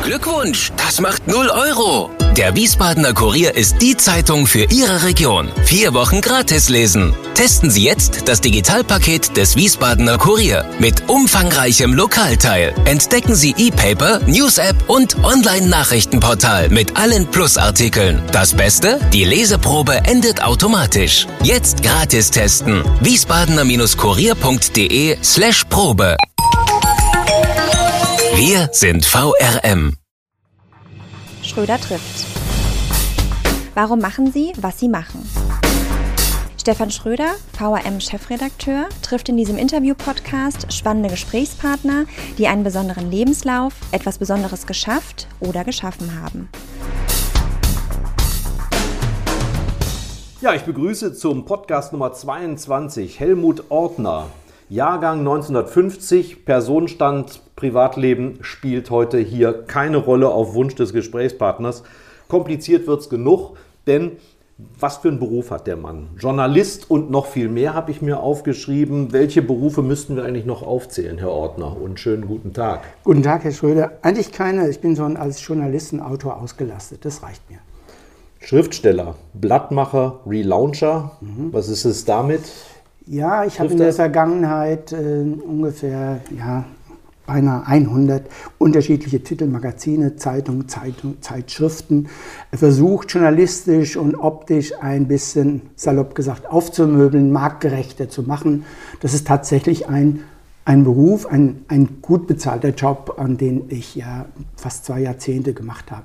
Glückwunsch, das macht 0 €. Der Wiesbadener Kurier ist die Zeitung für Ihre Region. 4 Wochen gratis lesen. Testen Sie jetzt das Digitalpaket des Wiesbadener Kurier mit umfangreichem Lokalteil. Entdecken Sie E-Paper, News-App und Online-Nachrichtenportal mit allen Plus-Artikeln. Das Beste? Die Leseprobe endet automatisch. Jetzt gratis testen. wiesbadener-kurier.de/Probe. Wir sind VRM. Schröder trifft. Warum machen Sie, was Sie machen? Stefan Schröder, VRM-Chefredakteur, trifft in diesem Interview-Podcast spannende Gesprächspartner, die einen besonderen Lebenslauf, etwas Besonderes geschafft oder geschaffen haben. Ja, ich begrüße zum Podcast Nummer 22 Helmut Ortner. Jahrgang 1950, Personenstand, Privatleben spielt heute hier keine Rolle auf Wunsch des Gesprächspartners. Kompliziert wird's genug, denn was für einen Beruf hat der Mann? Journalist und noch viel mehr habe ich mir aufgeschrieben. Welche Berufe müssten wir eigentlich noch aufzählen, Herr Ortner? Und schönen guten Tag. Guten Tag, Herr Schröder. Eigentlich keine. Ich bin schon als Journalist und Autor ausgelastet. Das reicht mir. Schriftsteller, Blattmacher, Relauncher. Was ist es damit? Ja, ich habe in der Vergangenheit ungefähr beinahe 100 unterschiedliche Titel, Magazine, Zeitungen, Zeitschriften versucht, journalistisch und optisch ein bisschen, salopp gesagt, aufzumöbeln, marktgerechter zu machen. Das ist tatsächlich ein Beruf, ein gut bezahlter Job, an den ich ja fast 2 Jahrzehnte gemacht habe.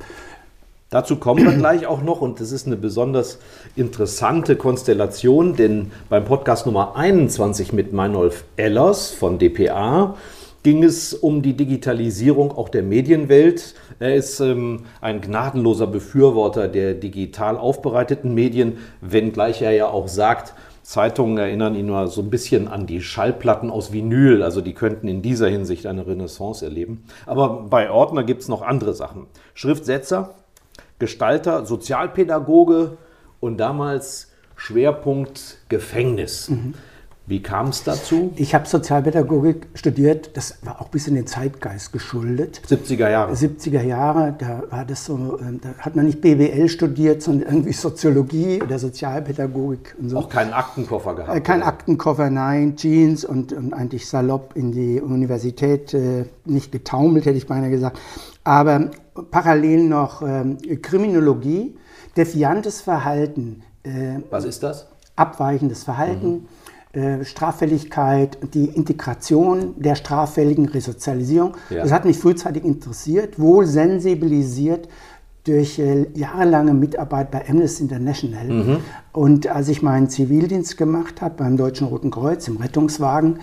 Dazu kommen wir gleich auch noch und das ist eine besonders interessante Konstellation, denn beim Podcast Nummer 21 mit Meinolf Ehlers von dpa ging es um die Digitalisierung auch der Medienwelt. Er ist ein gnadenloser Befürworter der digital aufbereiteten Medien, wenngleich er ja auch sagt, Zeitungen erinnern ihn nur so ein bisschen an die Schallplatten aus Vinyl, also die könnten in dieser Hinsicht eine Renaissance erleben. Aber bei Ortner gibt es noch andere Sachen. Schriftsetzer, Gestalter, Sozialpädagoge und damals Schwerpunkt Gefängnis. Wie kam es dazu? Ich habe Sozialpädagogik studiert, das war auch ein bisschen den Zeitgeist geschuldet. 70er Jahre. 70er Jahre, da war das so, da hat man nicht BWL studiert, sondern irgendwie Soziologie oder Sozialpädagogik und so. Auch keinen Aktenkoffer gehabt? Kein Aktenkoffer, nein, Jeans und eigentlich salopp in die Universität, nicht getaumelt, hätte ich beinahe gesagt. Aber parallel noch Kriminologie, deviantes Verhalten. Was ist das? Abweichendes Verhalten, Straffälligkeit, die Integration der Straffälligen, Resozialisierung. Ja. Das hat mich frühzeitig interessiert, wohl sensibilisiert durch jahrelange Mitarbeit bei Amnesty International. Und als ich meinen Zivildienst gemacht habe beim Deutschen Roten Kreuz im Rettungswagen,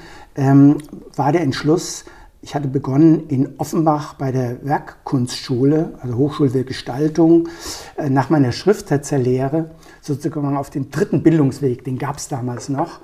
war der Entschluss, ich hatte begonnen in Offenbach bei der Werkkunstschule, also Hochschule für Gestaltung, nach meiner Schriftsetzerlehre, sozusagen auf den 3. Bildungsweg, den gab es damals noch,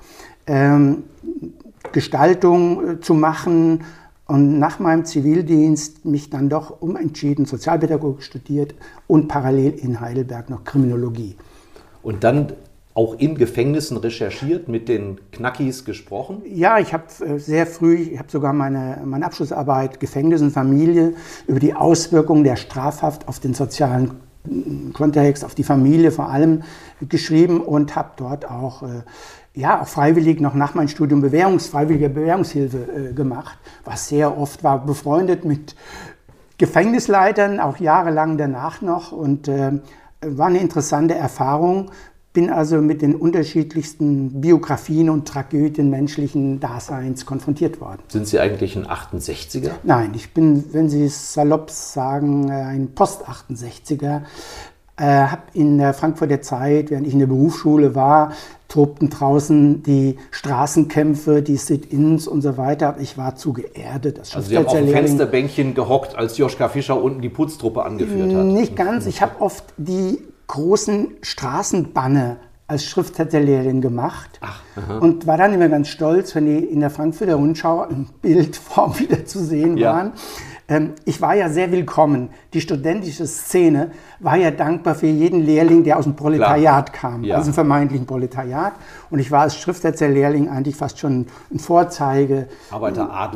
Gestaltung zu machen und nach meinem Zivildienst mich dann doch umentschieden, Sozialpädagogik studiert und parallel in Heidelberg noch Kriminologie. Und dann auch in Gefängnissen recherchiert, mit den Knackis gesprochen? Ja, ich habe sehr früh, ich habe sogar meine Abschlussarbeit Gefängnis und Familie über die Auswirkungen der Strafhaft auf den sozialen Kontext, auf die Familie vor allem geschrieben und habe dort auch auch freiwillig noch nach meinem Studium freiwillige Bewährungshilfe gemacht, was sehr oft war, befreundet mit Gefängnisleitern, auch jahrelang danach noch und war eine interessante Erfahrung. Bin also mit den unterschiedlichsten Biografien und Tragödien menschlichen Daseins konfrontiert worden. Sind Sie eigentlich ein 68er? Nein, ich bin, wenn Sie es salopp sagen, ein Post-68er. Habe in der Frankfurter Zeit, während ich in der Berufsschule war, tobten draußen die Straßenkämpfe, die Sit-ins und so weiter. Ich war zu geerdet. Also Sie haben auf dem Fensterbänkchen gehockt, als Joschka Fischer unten die Putztruppe angeführt hat? Nicht ganz. Ich habe oft die großen Straßenbanner als Schriftsetterlehrerin gemacht und war dann immer ganz stolz, wenn die in der Frankfurter Rundschau in Bildform wieder zu sehen waren. Ich war ja sehr willkommen. Die studentische Szene war ja dankbar für jeden Lehrling, der aus dem Proletariat kam, aus dem vermeintlichen Proletariat. Und ich war als Schriftsetzerlehrling eigentlich fast schon ein Vorzeige. Arbeiteradel.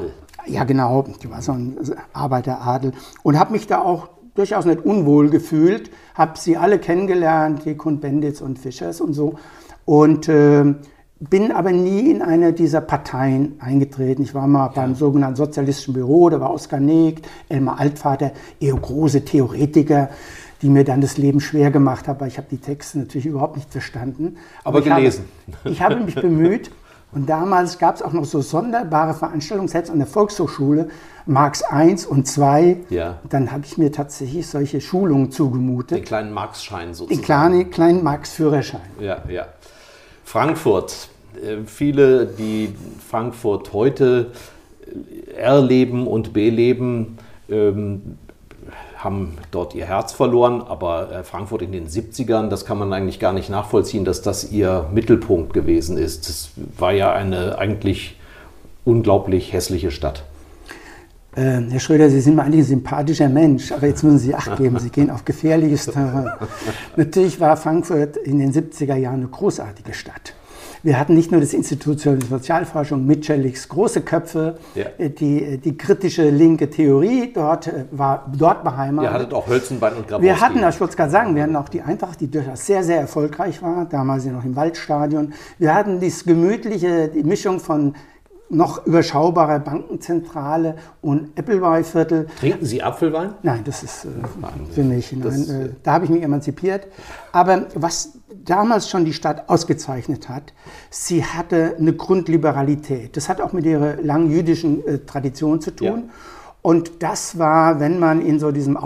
Ja, genau. Ich war so ein Arbeiteradel und habe mich da auch durchaus nicht unwohl gefühlt. Habe sie alle kennengelernt, die Cohn-Bendits und Fischers und so. Und bin aber nie in eine dieser Parteien eingetreten. Ich war mal beim sogenannten Sozialistischen Büro, da war Oskar Negt, Elmar Altvater, eher große Theoretiker, die mir dann das Leben schwer gemacht haben, weil ich habe die Texte natürlich überhaupt nicht verstanden. Aber gelesen. Ich habe mich bemüht und damals gab es auch noch so sonderbare Veranstaltungen, selbst an der Volkshochschule, Marx I und II. Ja. Dann habe ich mir tatsächlich solche Schulungen zugemutet. Den kleinen Marx-Schein sozusagen. Den kleinen Marx-Führerschein. Ja, ja. Frankfurt. Viele, die Frankfurt heute erleben und beleben, haben dort ihr Herz verloren, aber Frankfurt in den 70ern, das kann man eigentlich gar nicht nachvollziehen, dass das ihr Mittelpunkt gewesen ist. Das war ja eine eigentlich unglaublich hässliche Stadt. Herr Schröder, Sie sind mir eigentlich ein sympathischer Mensch, aber jetzt müssen Sie Acht geben, Sie gehen auf gefährliches Terrain. Natürlich war Frankfurt in den 70er Jahren eine großartige Stadt. Wir hatten nicht nur das Institut für Sozialforschung, Mitscherlichs große Köpfe, die kritische linke Theorie war dort beheimatet. Ihr hattet auch Hölzenbein und Grabowski. Wir hatten, ich wollte es gerade sagen, wir hatten auch die Eintracht, die durchaus sehr, sehr erfolgreich war, damals ja noch im Waldstadion. Wir hatten die Mischung von noch überschaubarer Bankenzentrale und Appleby-Viertel. Trinken Sie Apfelwein? Nein, das ist für mich. Da habe ich mich emanzipiert. Aber was damals schon die Stadt ausgezeichnet hat, sie hatte eine Grundliberalität. Das hat auch mit ihrer langen jüdischen Tradition zu tun. Ja. Und das war, wenn man in so diesem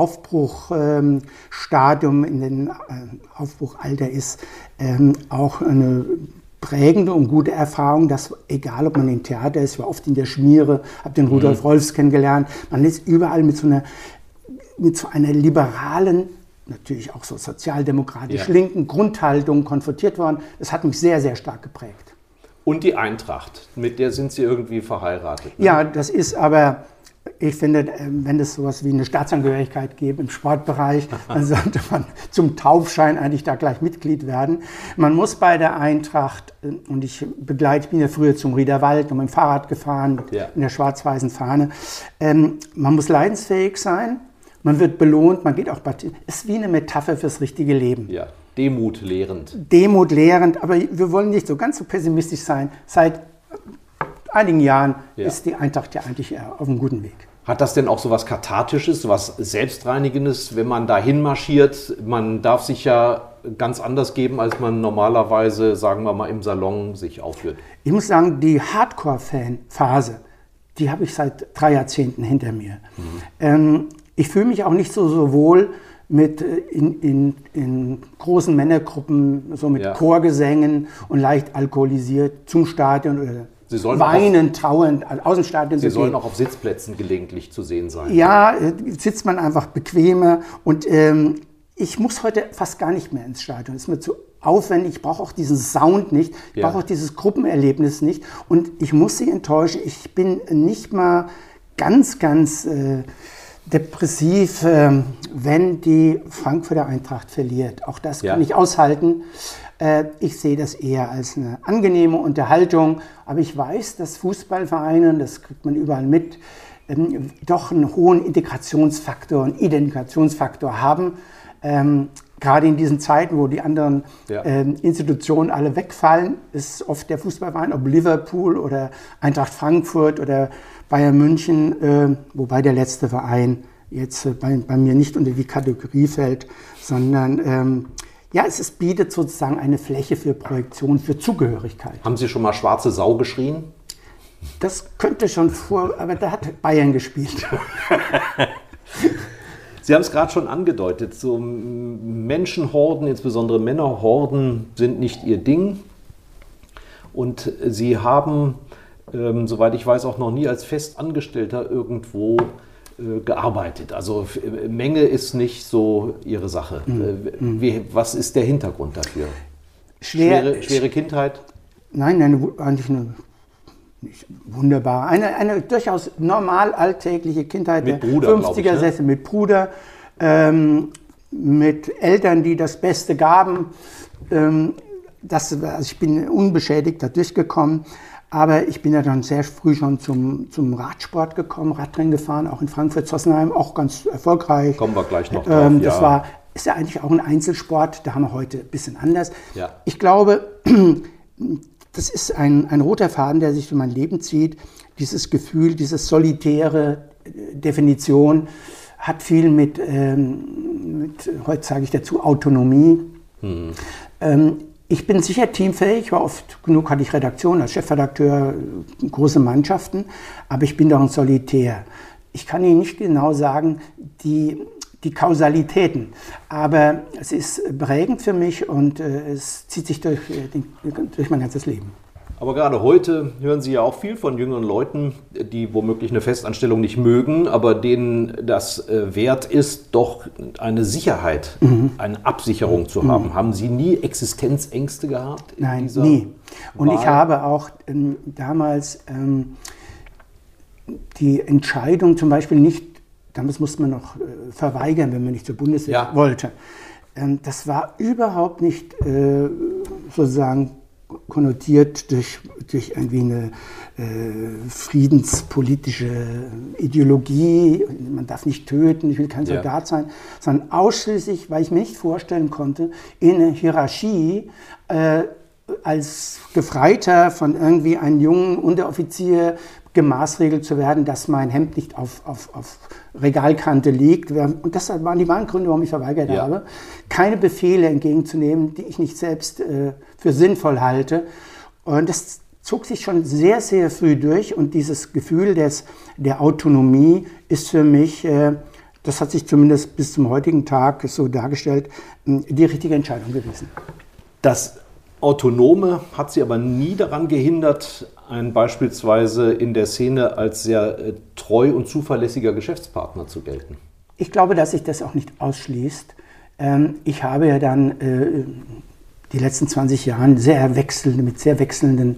Aufbruchstadium, in den Aufbruchalter ist, auch eine prägende und gute Erfahrung, dass egal, ob man im Theater ist, ich war oft in der Schmiere, habe den Rudolf Rolfs kennengelernt, man ist überall mit so einer liberalen, natürlich auch so sozialdemokratisch linken Grundhaltung konfrontiert worden. Das hat mich sehr, sehr stark geprägt. Und die Eintracht, mit der sind Sie irgendwie verheiratet? Ne? Ja, das ist aber... Ich finde, wenn es sowas wie eine Staatsangehörigkeit gäbe im Sportbereich, dann sollte man zum Taufschein eigentlich da gleich Mitglied werden. Man muss bei der Eintracht, und ich bin ja früher zum Riederwald und mit dem Fahrrad gefahren, in der schwarz-weißen Fahne, man muss leidensfähig sein, man wird belohnt, man geht auch Partie. Es ist wie eine Metapher fürs richtige Leben. Ja, Demut lehrend. Demut lehrend, aber wir wollen nicht so ganz so pessimistisch sein. Seit einigen Jahren ist die Eintracht ja eigentlich auf einem guten Weg. Hat das denn auch so was Kathartisches, so was Selbstreinigendes, wenn man da hinmarschiert? Man darf sich ja ganz anders geben, als man normalerweise, sagen wir mal, im Salon sich aufführt. Ich muss sagen, die Hardcore-Fan-Phase, die habe ich seit 3 Jahrzehnten hinter mir. Ich fühle mich auch nicht so wohl mit in großen Männergruppen, so mit Chorgesängen und leicht alkoholisiert zum Stadion oder weinend, trauernd, aus dem Stadion. Sie sollen auch auf Sitzplätzen gelegentlich zu sehen sein. Ja, sitzt man einfach bequemer. Und ich muss heute fast gar nicht mehr ins Stadion. Das ist mir zu aufwendig. Ich brauche auch diesen Sound nicht. Ich brauche auch dieses Gruppenerlebnis nicht. Und ich muss Sie enttäuschen, ich bin nicht mal ganz depressiv, wenn die Frankfurter Eintracht verliert. Auch das kann ich aushalten. Ich sehe das eher als eine angenehme Unterhaltung, aber ich weiß, dass Fußballvereine, das kriegt man überall mit, doch einen hohen Integrationsfaktor und Identifikationsfaktor haben. Gerade in diesen Zeiten, wo die anderen Institutionen alle wegfallen, ist oft der Fußballverein, ob Liverpool oder Eintracht Frankfurt oder Bayern München, wobei der letzte Verein jetzt bei mir nicht unter die Kategorie fällt, sondern es bietet sozusagen eine Fläche für Projektion, für Zugehörigkeit. Haben Sie schon mal schwarze Sau geschrien? Das könnte schon aber da hat Bayern gespielt. Sie haben es gerade schon angedeutet, so Menschenhorden, insbesondere Männerhorden, sind nicht Ihr Ding. Und Sie haben, soweit ich weiß, auch noch nie als Festangestellter irgendwo gearbeitet. Also Menge ist nicht so Ihre Sache. Was ist der Hintergrund dafür? Schwere Kindheit? Nein, eigentlich eine nicht wunderbare, eine durchaus normal alltägliche Kindheit mit der Bruder, 50er, 60er, mit Bruder, mit Eltern, die das Beste gaben. Also ich bin unbeschädigt da durchgekommen. Aber ich bin ja dann sehr früh schon zum Radsport gekommen, Radrennen gefahren, auch in Frankfurt-Zossenheim, auch ganz erfolgreich. Kommen wir gleich noch drauf. Ist ja eigentlich auch ein Einzelsport, da haben wir heute ein bisschen anders. Ja. Ich glaube, das ist ein roter Faden, der sich durch mein Leben zieht. Dieses Gefühl, diese solitäre Definition hat viel mit heute sage ich dazu, Autonomie. Ich bin sicher teamfähig, war oft genug, hatte ich Redaktion als Chefredakteur, große Mannschaften, aber ich bin doch ein Solitär. Ich kann Ihnen nicht genau sagen, die Kausalitäten, aber es ist prägend für mich und es zieht sich durch mein ganzes Leben. Aber gerade heute hören Sie ja auch viel von jüngeren Leuten, die womöglich eine Festanstellung nicht mögen, aber denen das wert ist, doch eine Sicherheit, eine Absicherung zu haben. Haben Sie nie Existenzängste gehabt? Nein, nie. Und ich habe auch damals die Entscheidung zum Beispiel nicht, damals musste man noch verweigern, wenn man nicht zur Bundeswehr wollte. Das war überhaupt nicht sozusagen konnotiert durch irgendwie eine friedenspolitische Ideologie, man darf nicht töten, ich will kein Soldat sein, sondern ausschließlich, weil ich mir nicht vorstellen konnte, in einer Hierarchie als Gefreiter von irgendwie einem jungen Unteroffizier gemaßregelt zu werden, dass mein Hemd nicht auf Regalkante liegt. Und das waren die wahren Gründe, warum ich verweigert habe. Keine Befehle entgegenzunehmen, die ich nicht selbst für sinnvoll halte. Und das zog sich schon sehr, sehr früh durch. Und dieses Gefühl der Autonomie ist für mich, das hat sich zumindest bis zum heutigen Tag so dargestellt, die richtige Entscheidung gewesen. Das Autonome hat Sie aber nie daran gehindert, beispielsweise in der Szene als sehr treu und zuverlässiger Geschäftspartner zu gelten. Ich glaube, dass sich das auch nicht ausschließt. Ich habe ja dann die letzten 20 Jahre mit sehr wechselnden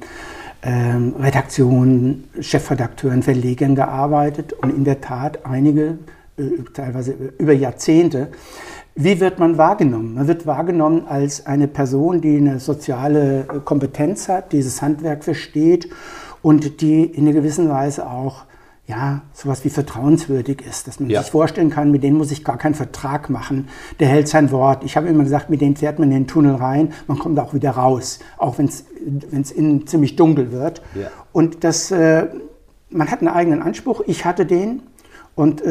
Redaktionen, Chefredakteuren, Verlegern gearbeitet und in der Tat einige, teilweise über Jahrzehnte. Wie wird man wahrgenommen? Man wird wahrgenommen als eine Person, die eine soziale Kompetenz hat, dieses Handwerk versteht und die in einer gewissen Weise auch sowas wie vertrauenswürdig ist, dass man sich vorstellen kann, mit denen muss ich gar keinen Vertrag machen, der hält sein Wort. Ich habe immer gesagt, mit denen fährt man in den Tunnel rein, man kommt auch wieder raus, auch wenn es innen ziemlich dunkel wird. Ja. Und man hat einen eigenen Anspruch, ich hatte den und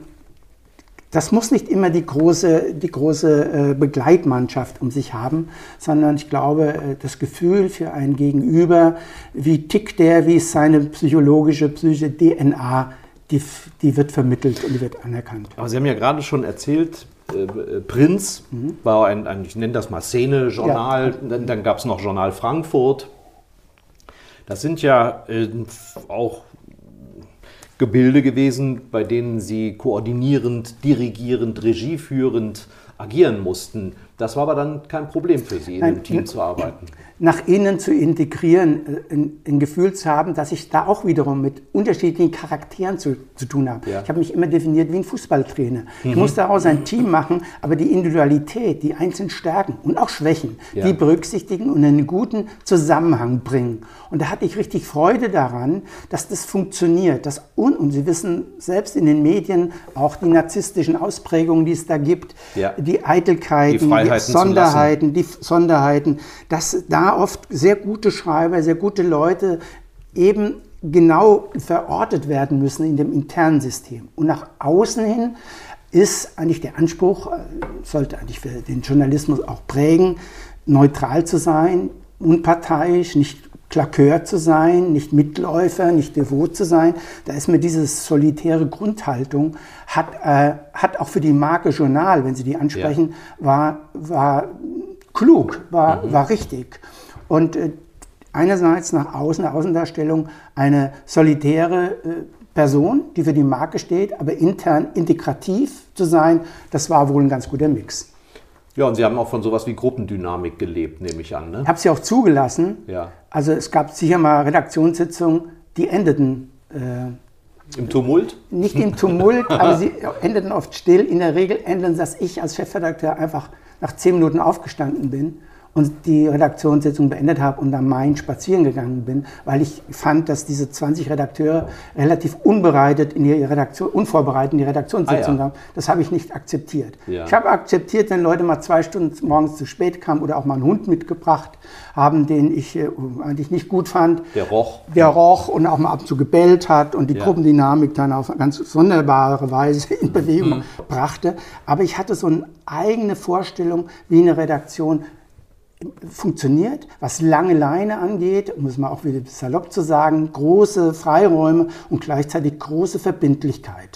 das muss nicht immer die große Begleitmannschaft um sich haben, sondern ich glaube, das Gefühl für einen Gegenüber, wie tickt der, wie ist seine psychische DNA, die wird vermittelt und die wird anerkannt. Aber Sie haben ja gerade schon erzählt, Prinz war ich nenne das mal Szene-Journal, dann gab es noch Journal Frankfurt. Das sind ja auch Gebilde gewesen, bei denen Sie koordinierend, dirigierend, regieführend agieren mussten. Das war aber dann kein Problem für Sie, in einem Team zu arbeiten. Nach innen zu integrieren, ein Gefühl zu haben, dass ich da auch wiederum mit unterschiedlichen Charakteren zu tun habe. Ja. Ich habe mich immer definiert wie ein Fußballtrainer. Ich muss daraus ein Team machen, aber die Individualität, die einzelnen Stärken und auch Schwächen, die berücksichtigen und in einen guten Zusammenhang bringen. Und da hatte ich richtig Freude daran, dass das funktioniert. Und Sie wissen selbst in den Medien auch die narzisstischen Ausprägungen, die es da gibt, die Eitelkeiten, die Sonderheiten, dass da oft sehr gute Schreiber, sehr gute Leute eben genau verortet werden müssen in dem internen System. Und nach außen hin ist eigentlich der Anspruch, sollte eigentlich für den Journalismus auch prägen, neutral zu sein, unparteiisch, nicht Klakör zu sein, nicht Mitläufer, nicht devot zu sein. Da ist mir diese solitäre Grundhaltung, hat auch für die Marke Journal, wenn Sie die ansprechen, war klug, war richtig. Und einerseits nach außen, der Außendarstellung, eine solitäre Person, die für die Marke steht, aber intern integrativ zu sein, das war wohl ein ganz guter Mix. Ja, und Sie haben auch von sowas wie Gruppendynamik gelebt, nehme ich an, ne? Ich habe sie auch zugelassen. Ja. Also es gab sicher mal Redaktionssitzungen, die endeten im Tumult? Nicht im Tumult, aber sie endeten oft still. In der Regel endeten, dass ich als Chefredakteur einfach nach 10 Minuten aufgestanden bin und die Redaktionssitzung beendet habe und am Main spazieren gegangen bin, weil ich fand, dass diese 20 Redakteure relativ unvorbereitet in die Redaktionssitzung kamen. Das habe ich nicht akzeptiert. Ja. Ich habe akzeptiert, wenn Leute mal 2 Stunden morgens zu spät kamen oder auch mal einen Hund mitgebracht haben, den ich eigentlich nicht gut fand. Der roch und auch mal ab und zu gebellt hat und die Gruppendynamik dann auf ganz sonderbare Weise in Bewegung brachte. Aber ich hatte so eine eigene Vorstellung, wie eine Redaktion funktioniert, was lange Leine angeht, muss man auch wieder salopp zu sagen, große Freiräume und gleichzeitig große Verbindlichkeit.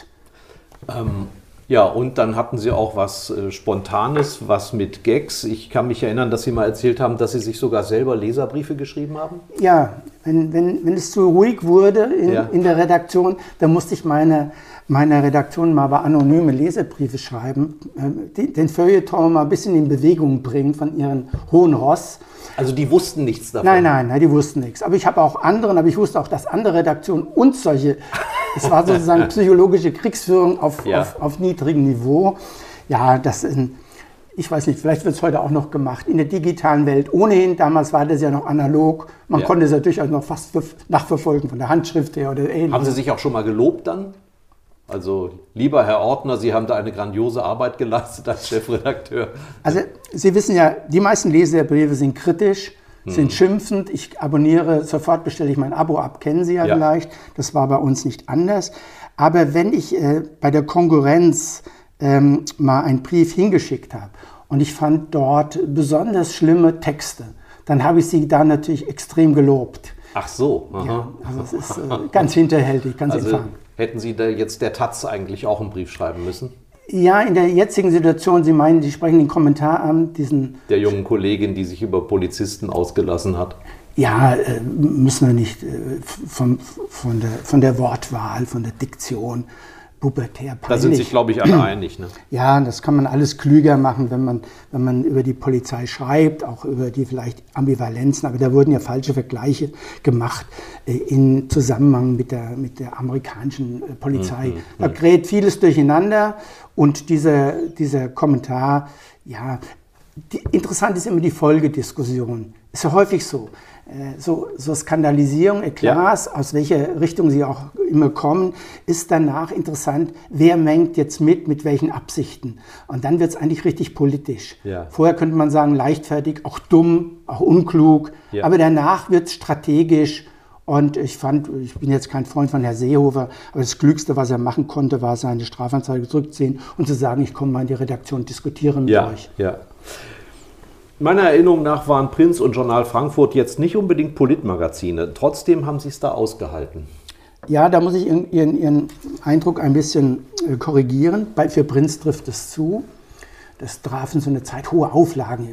Ja, und dann hatten Sie auch was Spontanes, was mit Gags. Ich kann mich erinnern, dass Sie mal erzählt haben, dass Sie sich sogar selber Leserbriefe geschrieben haben. Ja, wenn es zu ruhig wurde in der Redaktion, dann musste ich meiner Redaktion mal aber anonyme Leserbriefe schreiben, den Feuilleton mal ein bisschen in Bewegung bringen von ihren hohen Ross. Also die wussten nichts davon? Nein, die wussten nichts. Aber ich habe auch aber ich wusste auch, dass andere Redaktionen uns solche, es war sozusagen psychologische Kriegsführung auf niedrigem Niveau. Ja, ich weiß nicht, vielleicht wird es heute auch noch gemacht, in der digitalen Welt. Ohnehin, damals war das ja noch analog, man konnte es ja durchaus noch fast nachverfolgen, von der Handschrift her oder ähnliches. Haben Sie sich auch schon mal gelobt dann? Also, lieber Herr Ortner, Sie haben da eine grandiose Arbeit geleistet als Chefredakteur. Also, Sie wissen ja, die meisten Leserbriefe sind kritisch, sind schimpfend. Ich abonniere, sofort bestelle ich mein Abo ab, kennen Sie ja vielleicht. Das war bei uns nicht anders. Aber wenn ich bei der Konkurrenz mal einen Brief hingeschickt habe und ich fand dort besonders schlimme Texte, dann habe ich sie da natürlich extrem gelobt. Ach so. Aha. Ja, also es ist ganz hinterhältig, ganz infam. Hätten Sie da jetzt der Taz eigentlich auch einen Brief schreiben müssen? Ja, in der jetzigen Situation, Sie meinen, Sie sprechen den Kommentar an, der jungen Kollegin, die sich über Polizisten ausgelassen hat. Ja, müssen wir nicht von der Wortwahl, von der Diktion, pubertär peinlich. Da sind sich, glaube ich, alle einig. Ne? Ja, das kann man alles klüger machen, wenn man über die Polizei schreibt, auch über die vielleicht Ambivalenzen. Aber da wurden ja falsche Vergleiche gemacht in Zusammenhang mit der amerikanischen Polizei. Da gerät vieles durcheinander und dieser Kommentar, ja, interessant ist immer die Folgediskussion. Ist ja häufig so. So Skandalisierung, Eklats, aus welcher Richtung sie auch immer kommen, ist danach interessant, wer mengt jetzt mit welchen Absichten. Und dann wird es eigentlich richtig politisch. Ja. Vorher könnte man sagen, leichtfertig, auch dumm, auch unklug, aber danach wird es strategisch. Und ich bin jetzt kein Freund von Herrn Seehofer, aber das Klügste, was er machen konnte, war seine Strafanzeige zurückziehen und zu sagen, ich komme mal in die Redaktion und diskutiere mit euch. Ja. Meiner Erinnerung nach waren Prinz und Journal Frankfurt jetzt nicht unbedingt Politmagazine. Trotzdem haben Sie es da ausgehalten. Ja, da muss ich Ihren Eindruck ein bisschen korrigieren. Für Prinz trifft es zu. Das trafen so eine Zeit hohe Auflagen.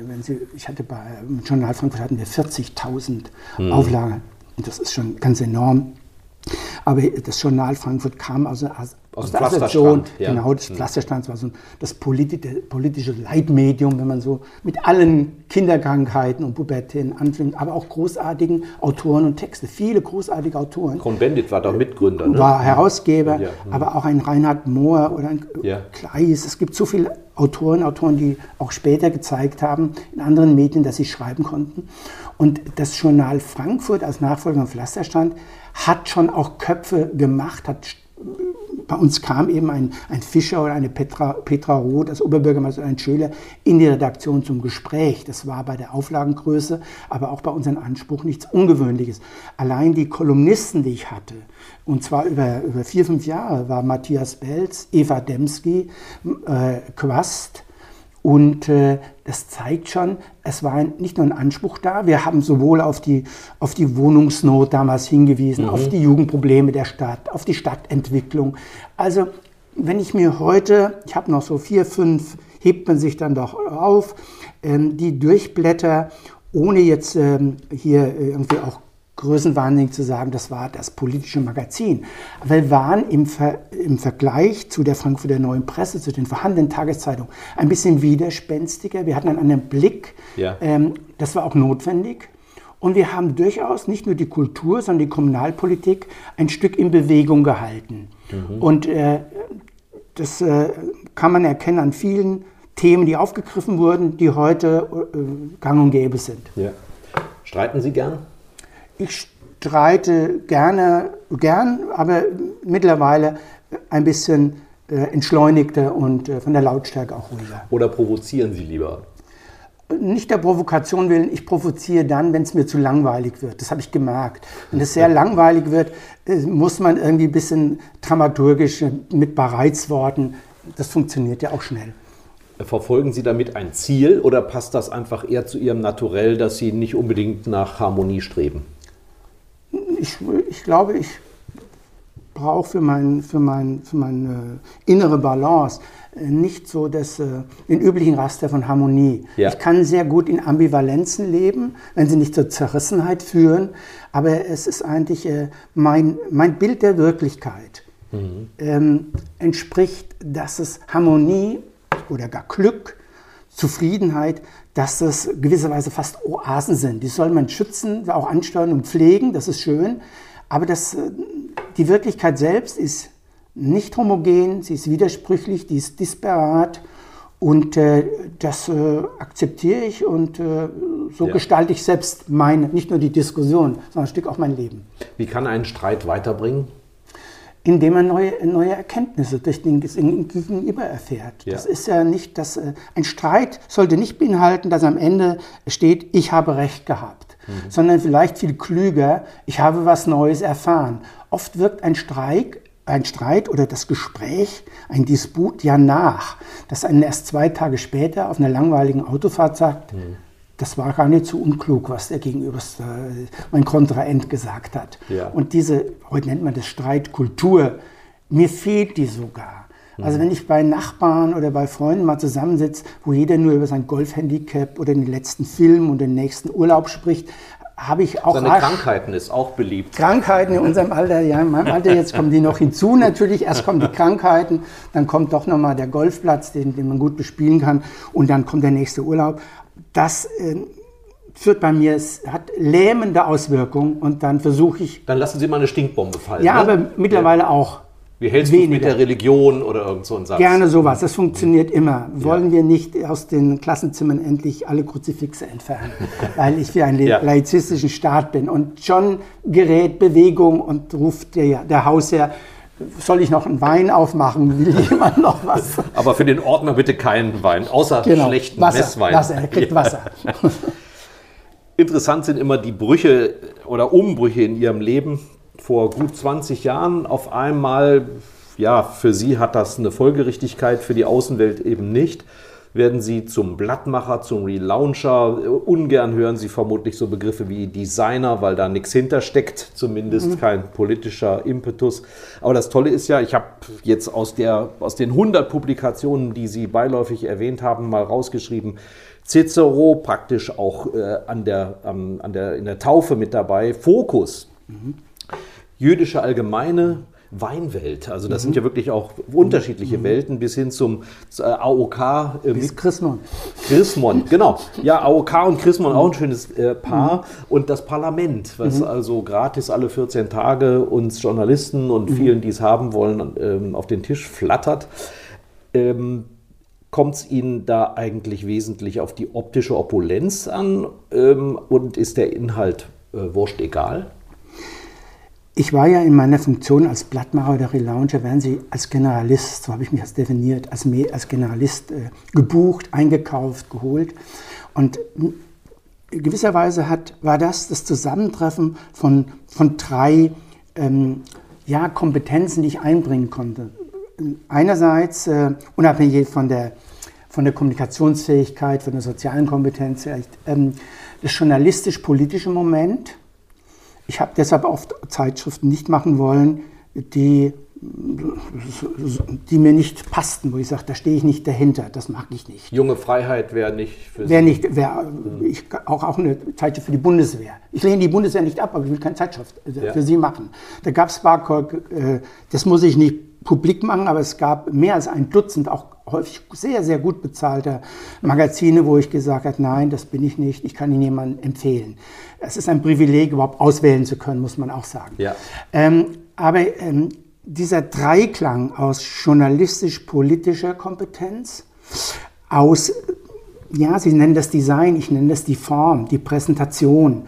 Im Journal Frankfurt hatten wir 40.000 Auflagen. Und das ist schon ganz enorm. Aber das Journal Frankfurt kam aus der Assoziation, genau, das Pflasterstand war so das politische Leitmedium, wenn man so mit allen Kinderkrankheiten und Pubertäten anfängt, aber auch großartigen Autoren und Texte, viele großartige Autoren. Cohn-Bendit war da Mitgründer, ne? War Herausgeber, aber auch ein Reinhard Mohr oder ein Kleis. Es gibt so viele Autoren, die auch später gezeigt haben, in anderen Medien, dass sie schreiben konnten. Und das Journal Frankfurt als Nachfolger von Pflasterstand hat schon auch Köpfe gemacht, bei uns kam eben ein Fischer oder eine Petra Roth als Oberbürgermeister oder ein Schöler in die Redaktion zum Gespräch. Das war bei der Auflagengröße, aber auch bei unserem Anspruch nichts Ungewöhnliches. Allein die Kolumnisten, die ich hatte, und zwar über 4-5 Jahre, war Matthias Belz, Eva Demski, Quast. Und das zeigt schon, es war nicht nur ein Anspruch da, wir haben sowohl auf die Wohnungsnot damals hingewiesen, auf die Jugendprobleme der Stadt, auf die Stadtentwicklung. Also wenn ich mir heute, ich habe noch so 4, 5, hebt man sich dann doch auf, die Durchblätter, ohne jetzt hier irgendwie auch größenwahnsinnig zu sagen, das war das politische Magazin. Aber wir waren im Vergleich zu der Frankfurter Neuen Presse, zu den vorhandenen Tageszeitungen, ein bisschen widerspenstiger. Wir hatten einen anderen Blick. Ja. Das war auch notwendig. Und wir haben durchaus nicht nur die Kultur, sondern die Kommunalpolitik ein Stück in Bewegung gehalten. Und das kann man erkennen an vielen Themen, die aufgegriffen wurden, die heute gang und gäbe sind. Ja. Streiten Sie gern? Ich streite gern, aber mittlerweile ein bisschen entschleunigter und von der Lautstärke auch ruhiger. Oder provozieren Sie lieber? Nicht der Provokation willen, ich provoziere dann, wenn es mir zu langweilig wird. Das habe ich gemerkt. Wenn es sehr langweilig wird, muss man irgendwie ein bisschen dramaturgisch mit Bereitsworten. Das funktioniert ja auch schnell. Verfolgen Sie damit ein Ziel oder passt das einfach eher zu Ihrem Naturell, dass Sie nicht unbedingt nach Harmonie streben? Ich glaube, ich brauche für meine innere Balance nicht so den üblichen Raster von Harmonie. Ja. Ich kann sehr gut in Ambivalenzen leben, wenn sie nicht zur Zerrissenheit führen, aber es ist eigentlich mein Bild der Wirklichkeit entspricht, dass es Harmonie oder gar Glück, Zufriedenheit, dass das gewisserweise fast Oasen sind. Die soll man schützen, auch ansteuern und pflegen, das ist schön, aber die Wirklichkeit selbst ist nicht homogen, sie ist widersprüchlich, die ist disparat und das akzeptiere ich und so gestalte ich selbst nicht nur die Diskussion, sondern ein Stück auch mein Leben. Wie kann ein Streit weiterbringen? Indem man neue Erkenntnisse durch den Gegenüber erfährt. Ja. Das ist ja nicht, ein Streit sollte nicht beinhalten, dass am Ende steht, ich habe Recht gehabt, sondern vielleicht viel klüger, ich habe was Neues erfahren. Oft wirkt ein Streit oder das Gespräch, ein Disput ja nach, dass einen erst 2 Tage später auf einer langweiligen Autofahrt sagt, das war gar nicht so unklug, was der Gegenüber, mein Kontrahent gesagt hat. Ja. Und heute nennt man das Streitkultur, mir fehlt die sogar. Also wenn ich bei Nachbarn oder bei Freunden mal zusammensitze, wo jeder nur über sein Golfhandicap oder den letzten Film und den nächsten Urlaub spricht, habe ich auch... Seine Krankheiten ist auch beliebt. Krankheiten in unserem Alter, ja, in meinem Alter, jetzt kommen die noch hinzu natürlich. Erst kommen die Krankheiten, dann kommt doch nochmal der Golfplatz, den man gut bespielen kann und dann kommt der nächste Urlaub. Das führt bei mir, es hat lähmende Auswirkungen und dann versuche ich... Dann lassen Sie mal eine Stinkbombe fallen. Ja, ne? Aber mittlerweile auch. Wie hältst du es mit der Religion oder irgend so ein Satz? Gerne sowas, das funktioniert immer. Wollen wir nicht aus den Klassenzimmern endlich alle Kruzifixe entfernen, weil ich für einen laizistischen Staat bin. Und schon gerät Bewegung und ruft der Hausherr, soll ich noch einen Wein aufmachen? Will jemand noch was? Aber für den Ordner bitte keinen Wein, außer schlechten Messwein. Wasser, er kriegt Wasser. Interessant sind immer die Brüche oder Umbrüche in Ihrem Leben. Vor gut 20 Jahren auf einmal, für Sie hat das eine Folgerichtigkeit, für die Außenwelt eben nicht. Werden Sie zum Blattmacher, zum Relauncher. Ungern hören Sie vermutlich so Begriffe wie Designer, weil da nichts hintersteckt, zumindest kein politischer Impetus. Aber das Tolle ist ja, ich habe jetzt aus den 100 Publikationen, die Sie beiläufig erwähnt haben, mal rausgeschrieben, Cicero praktisch auch in der Taufe mit dabei, Fokus. Jüdische allgemeine Weinwelt, also das sind ja wirklich auch unterschiedliche Welten bis hin zum AOK. Bis Chrismon. Chrismon, genau. Ja, AOK und Chrismon auch ein schönes Paar. Und das Parlament, was also gratis alle 14 Tage uns Journalisten und vielen, die es haben wollen, auf den Tisch flattert. Kommt es Ihnen da eigentlich wesentlich auf die optische Opulenz an und ist der Inhalt wurscht egal? Ich war ja in meiner Funktion als Blattmacher oder Relauncher, werden Sie als Generalist, so habe ich mich als definiert, als Generalist gebucht, eingekauft, geholt. Und in gewisser Weise war das Zusammentreffen von 3 Kompetenzen, die ich einbringen konnte. Einerseits, unabhängig von der Kommunikationsfähigkeit, von der sozialen Kompetenz, vielleicht, das journalistisch-politische Moment. Ich habe deshalb oft Zeitschriften nicht machen wollen, die mir nicht passten, wo ich sage, da stehe ich nicht dahinter, das mag ich nicht. Junge Freiheit wäre nicht für Sie? Auch eine Zeitschrift für die Bundeswehr. Ich lehne die Bundeswehr nicht ab, aber ich will keine Zeitschrift für sie machen. Da gab es das muss ich nicht publik machen, aber es gab mehr als ein Dutzend, auch häufig sehr, sehr gut bezahlter Magazine, wo ich gesagt habe, nein, das bin ich nicht, ich kann Ihnen jemanden empfehlen. Es ist ein Privileg, überhaupt auswählen zu können, muss man auch sagen. Ja. Aber dieser Dreiklang aus journalistisch-politischer Kompetenz, Sie nennen das Design, ich nenne das die Form, die Präsentation.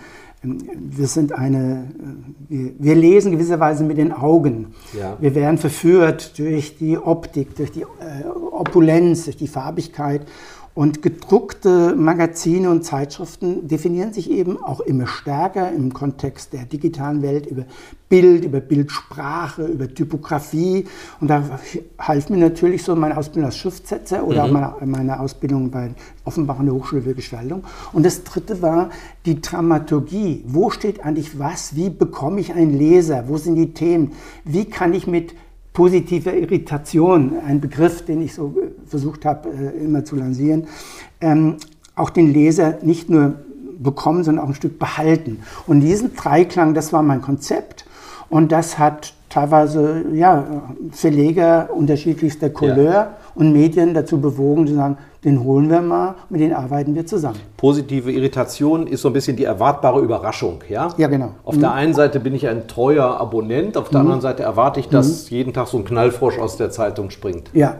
Wir lesen gewisserweise mit den Augen. Ja. Wir werden verführt durch die Optik, durch die Opulenz, durch die Farbigkeit. Und gedruckte Magazine und Zeitschriften definieren sich eben auch immer stärker im Kontext der digitalen Welt über Bild, über Bildsprache, über Typografie. Und da half mir natürlich so meine Ausbildung als Schriftsetzer oder auch meine Ausbildung bei Offenbach an der Hochschule für Gestaltung. Und das dritte war die Dramaturgie. Wo steht eigentlich was? Wie bekomme ich einen Leser? Wo sind die Themen? Wie kann ich mit positive Irritation, ein Begriff, den ich so versucht habe, immer zu lancieren, auch den Leser nicht nur bekommen, sondern auch ein Stück behalten. Und diesen Dreiklang, das war mein Konzept. Und das hat teilweise Verleger unterschiedlichster Couleur und Medien dazu bewogen, zu sagen, den holen wir mal, mit denen arbeiten wir zusammen. Positive Irritation ist so ein bisschen die erwartbare Überraschung, ja? Ja, genau. Auf der einen Seite bin ich ein treuer Abonnent, auf der anderen Seite erwarte ich, dass jeden Tag so ein Knallfrosch aus der Zeitung springt. Ja.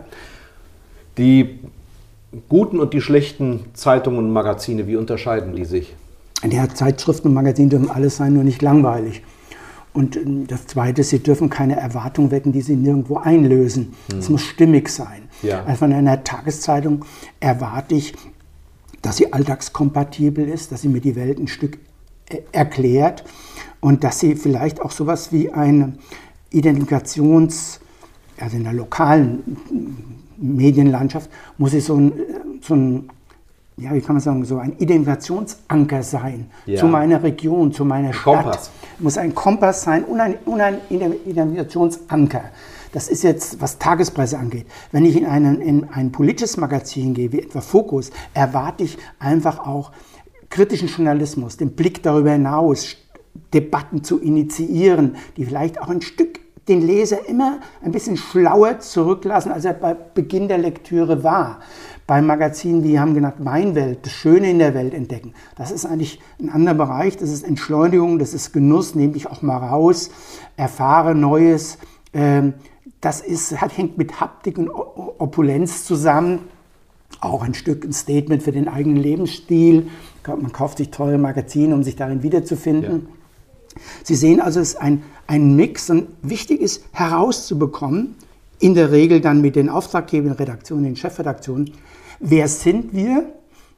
Die guten und die schlechten Zeitungen und Magazine, wie unterscheiden die sich? Ja, Zeitschriften und Magazine dürfen alles sein, nur nicht langweilig. Und das Zweite, sie dürfen keine Erwartung wecken, die sie nirgendwo einlösen. Es muss stimmig sein. Ja. Also von einer Tageszeitung erwarte ich, dass sie alltagskompatibel ist, dass sie mir die Welt ein Stück erklärt und dass sie vielleicht auch sowas wie eine Identifikations-, also in der lokalen Medienlandschaft, muss sie so ein Identifikationsanker sein zu meiner Region, zu meiner Stadt. Kompass. Muss ein Kompass sein und ein Identifikationsanker. Das ist jetzt, was Tagespresse angeht. Wenn ich in ein politisches Magazin gehe, wie etwa Focus, erwarte ich einfach auch kritischen Journalismus, den Blick darüber hinaus, Debatten zu initiieren, die vielleicht auch ein Stück den Leser immer ein bisschen schlauer zurücklassen, als er bei Beginn der Lektüre war. Bei Magazinen, wie haben genannt, Meinwelt, das Schöne in der Welt entdecken. Das ist eigentlich ein anderer Bereich, das ist Entschleunigung, das ist Genuss, nehme dich auch mal raus, erfahre Neues. Das hängt mit Haptik und Opulenz zusammen. Auch ein Stück ein Statement für den eigenen Lebensstil. Man kauft sich teure Magazine, um sich darin wiederzufinden. Ja. Sie sehen also, es ist ein Mix und wichtig ist herauszubekommen, in der Regel dann mit den Auftraggebern, Redaktionen, den Chefredaktionen, wer sind wir,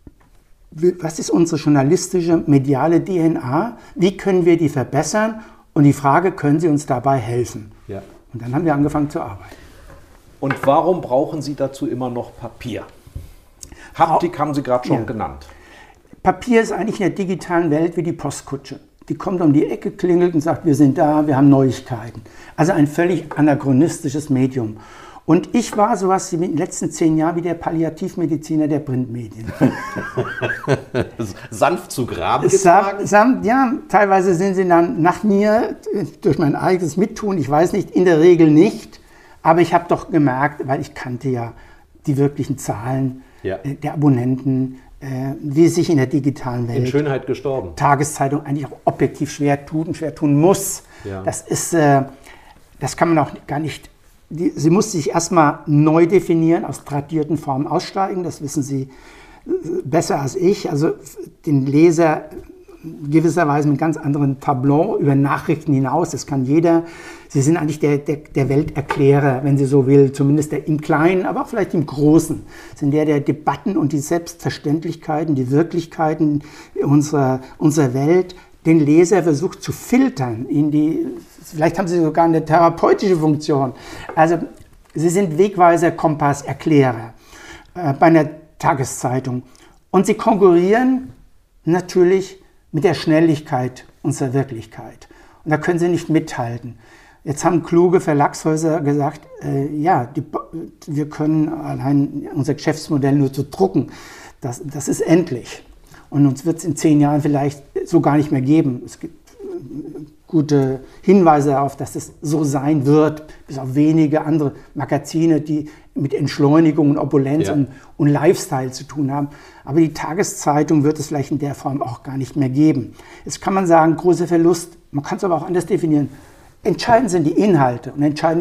was ist unsere journalistische, mediale DNA, wie können wir die verbessern und die Frage, können Sie uns dabei helfen? Ja. Und dann haben wir angefangen zu arbeiten. Und warum brauchen Sie dazu immer noch Papier? Haptik haben Sie gerade schon genannt. Papier ist eigentlich in der digitalen Welt wie die Postkutsche. Die kommt um die Ecke, klingelt und sagt, wir sind da, wir haben Neuigkeiten. Also ein völlig anachronistisches Medium. Und ich war sowas in den letzten 10 Jahren wie der Palliativmediziner der Printmedien. Sanft zu Grabe getragen? Ja, teilweise sind sie dann nach mir, durch mein eigenes Mittun, ich weiß nicht, in der Regel nicht. Aber ich habe doch gemerkt, weil ich kannte ja die wirklichen Zahlen der Abonnenten, wie es sich in der digitalen Welt... In Schönheit gestorben. Tageszeitung eigentlich auch objektiv schwer tun muss. Ja. Das kann man auch gar nicht... Sie muss sich erstmal neu definieren, aus tradierten Formen aussteigen, das wissen Sie besser als ich. Also den Leser gewisserweise mit ganz anderen Tableau über Nachrichten hinaus, das kann jeder. Sie sind eigentlich der Welterklärer, wenn Sie so will, zumindest im Kleinen, aber auch vielleicht im Großen. Sind der Debatten und die Selbstverständlichkeiten, die Wirklichkeiten unserer Welt, den Leser versucht zu filtern, vielleicht haben Sie sogar eine therapeutische Funktion. Also Sie sind Wegweiser, Kompass, Erklärer bei einer Tageszeitung. Und Sie konkurrieren natürlich mit der Schnelligkeit unserer Wirklichkeit. Und da können Sie nicht mithalten. Jetzt haben kluge Verlagshäuser gesagt, wir können allein unser Geschäftsmodell nur zu drucken. Das ist endlich. Und uns wird es in 10 Jahren vielleicht so gar nicht mehr geben. Es gibt gute Hinweise darauf, dass es so sein wird, bis auf wenige andere Magazine, die mit Entschleunigung und Opulenz und Lifestyle zu tun haben. Aber die Tageszeitung wird es vielleicht in der Form auch gar nicht mehr geben. Jetzt kann man sagen, großer Verlust, man kann es aber auch anders definieren. Entscheidend sind die Inhalte und entscheidend ist,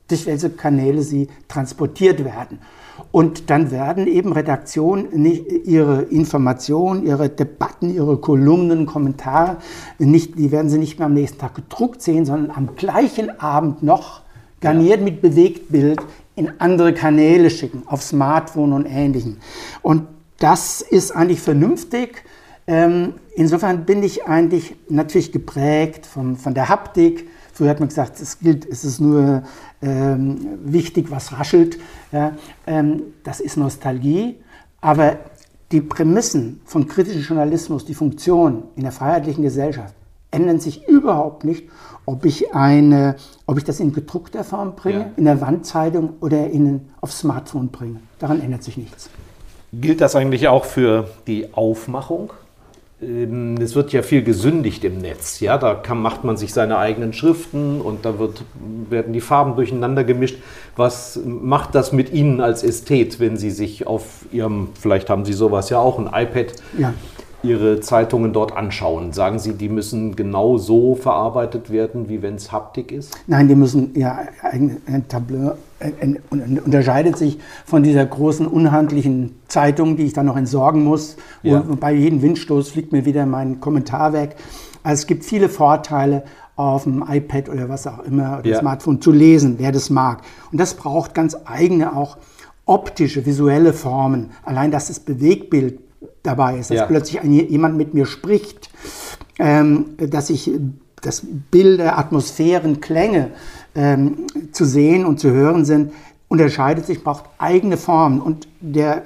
durch welche Kanäle sie transportiert werden. Und dann werden eben Redaktionen ihre Informationen, ihre Debatten, ihre Kolumnen, Kommentare, die werden sie nicht mehr am nächsten Tag gedruckt sehen, sondern am gleichen Abend noch garniert mit Bewegtbild in andere Kanäle schicken, auf Smartphone und Ähnlichem. Und das ist eigentlich vernünftig. Insofern bin ich eigentlich natürlich geprägt von der Haptik. Früher hat man gesagt, es ist nur wichtig, was raschelt. Ja, das ist Nostalgie. Aber die Prämissen von kritischem Journalismus, die Funktion in der freiheitlichen Gesellschaft, ändern sich überhaupt nicht, ob ich das in gedruckter Form bringe, in der Wandzeitung oder auf Smartphone bringe. Daran ändert sich nichts. Gilt das eigentlich auch für die Aufmachung? Es wird ja viel gesündigt im Netz. Ja? Da macht man sich seine eigenen Schriften und da werden die Farben durcheinander gemischt. Was macht das mit Ihnen als Ästhet, wenn Sie sich auf vielleicht haben Sie sowas ja auch, ein iPad, Ihre Zeitungen dort anschauen? Sagen Sie, die müssen genau so verarbeitet werden, wie wenn es Haptik ist? Nein, die müssen ein Tableau unterscheidet sich von dieser großen, unhandlichen Zeitung, die ich dann noch entsorgen muss. Und bei jedem Windstoß fliegt mir wieder mein Kommentar weg. Also es gibt viele Vorteile, auf dem iPad oder was auch immer, oder Smartphone zu lesen, wer das mag. Und das braucht ganz eigene, auch optische, visuelle Formen. Allein, dass das Bewegtbild dabei ist, dass plötzlich jemand mit mir spricht, dass Bilder, Atmosphären, Klänge zu sehen und zu hören sind, unterscheidet sich, braucht eigene Formen. Und der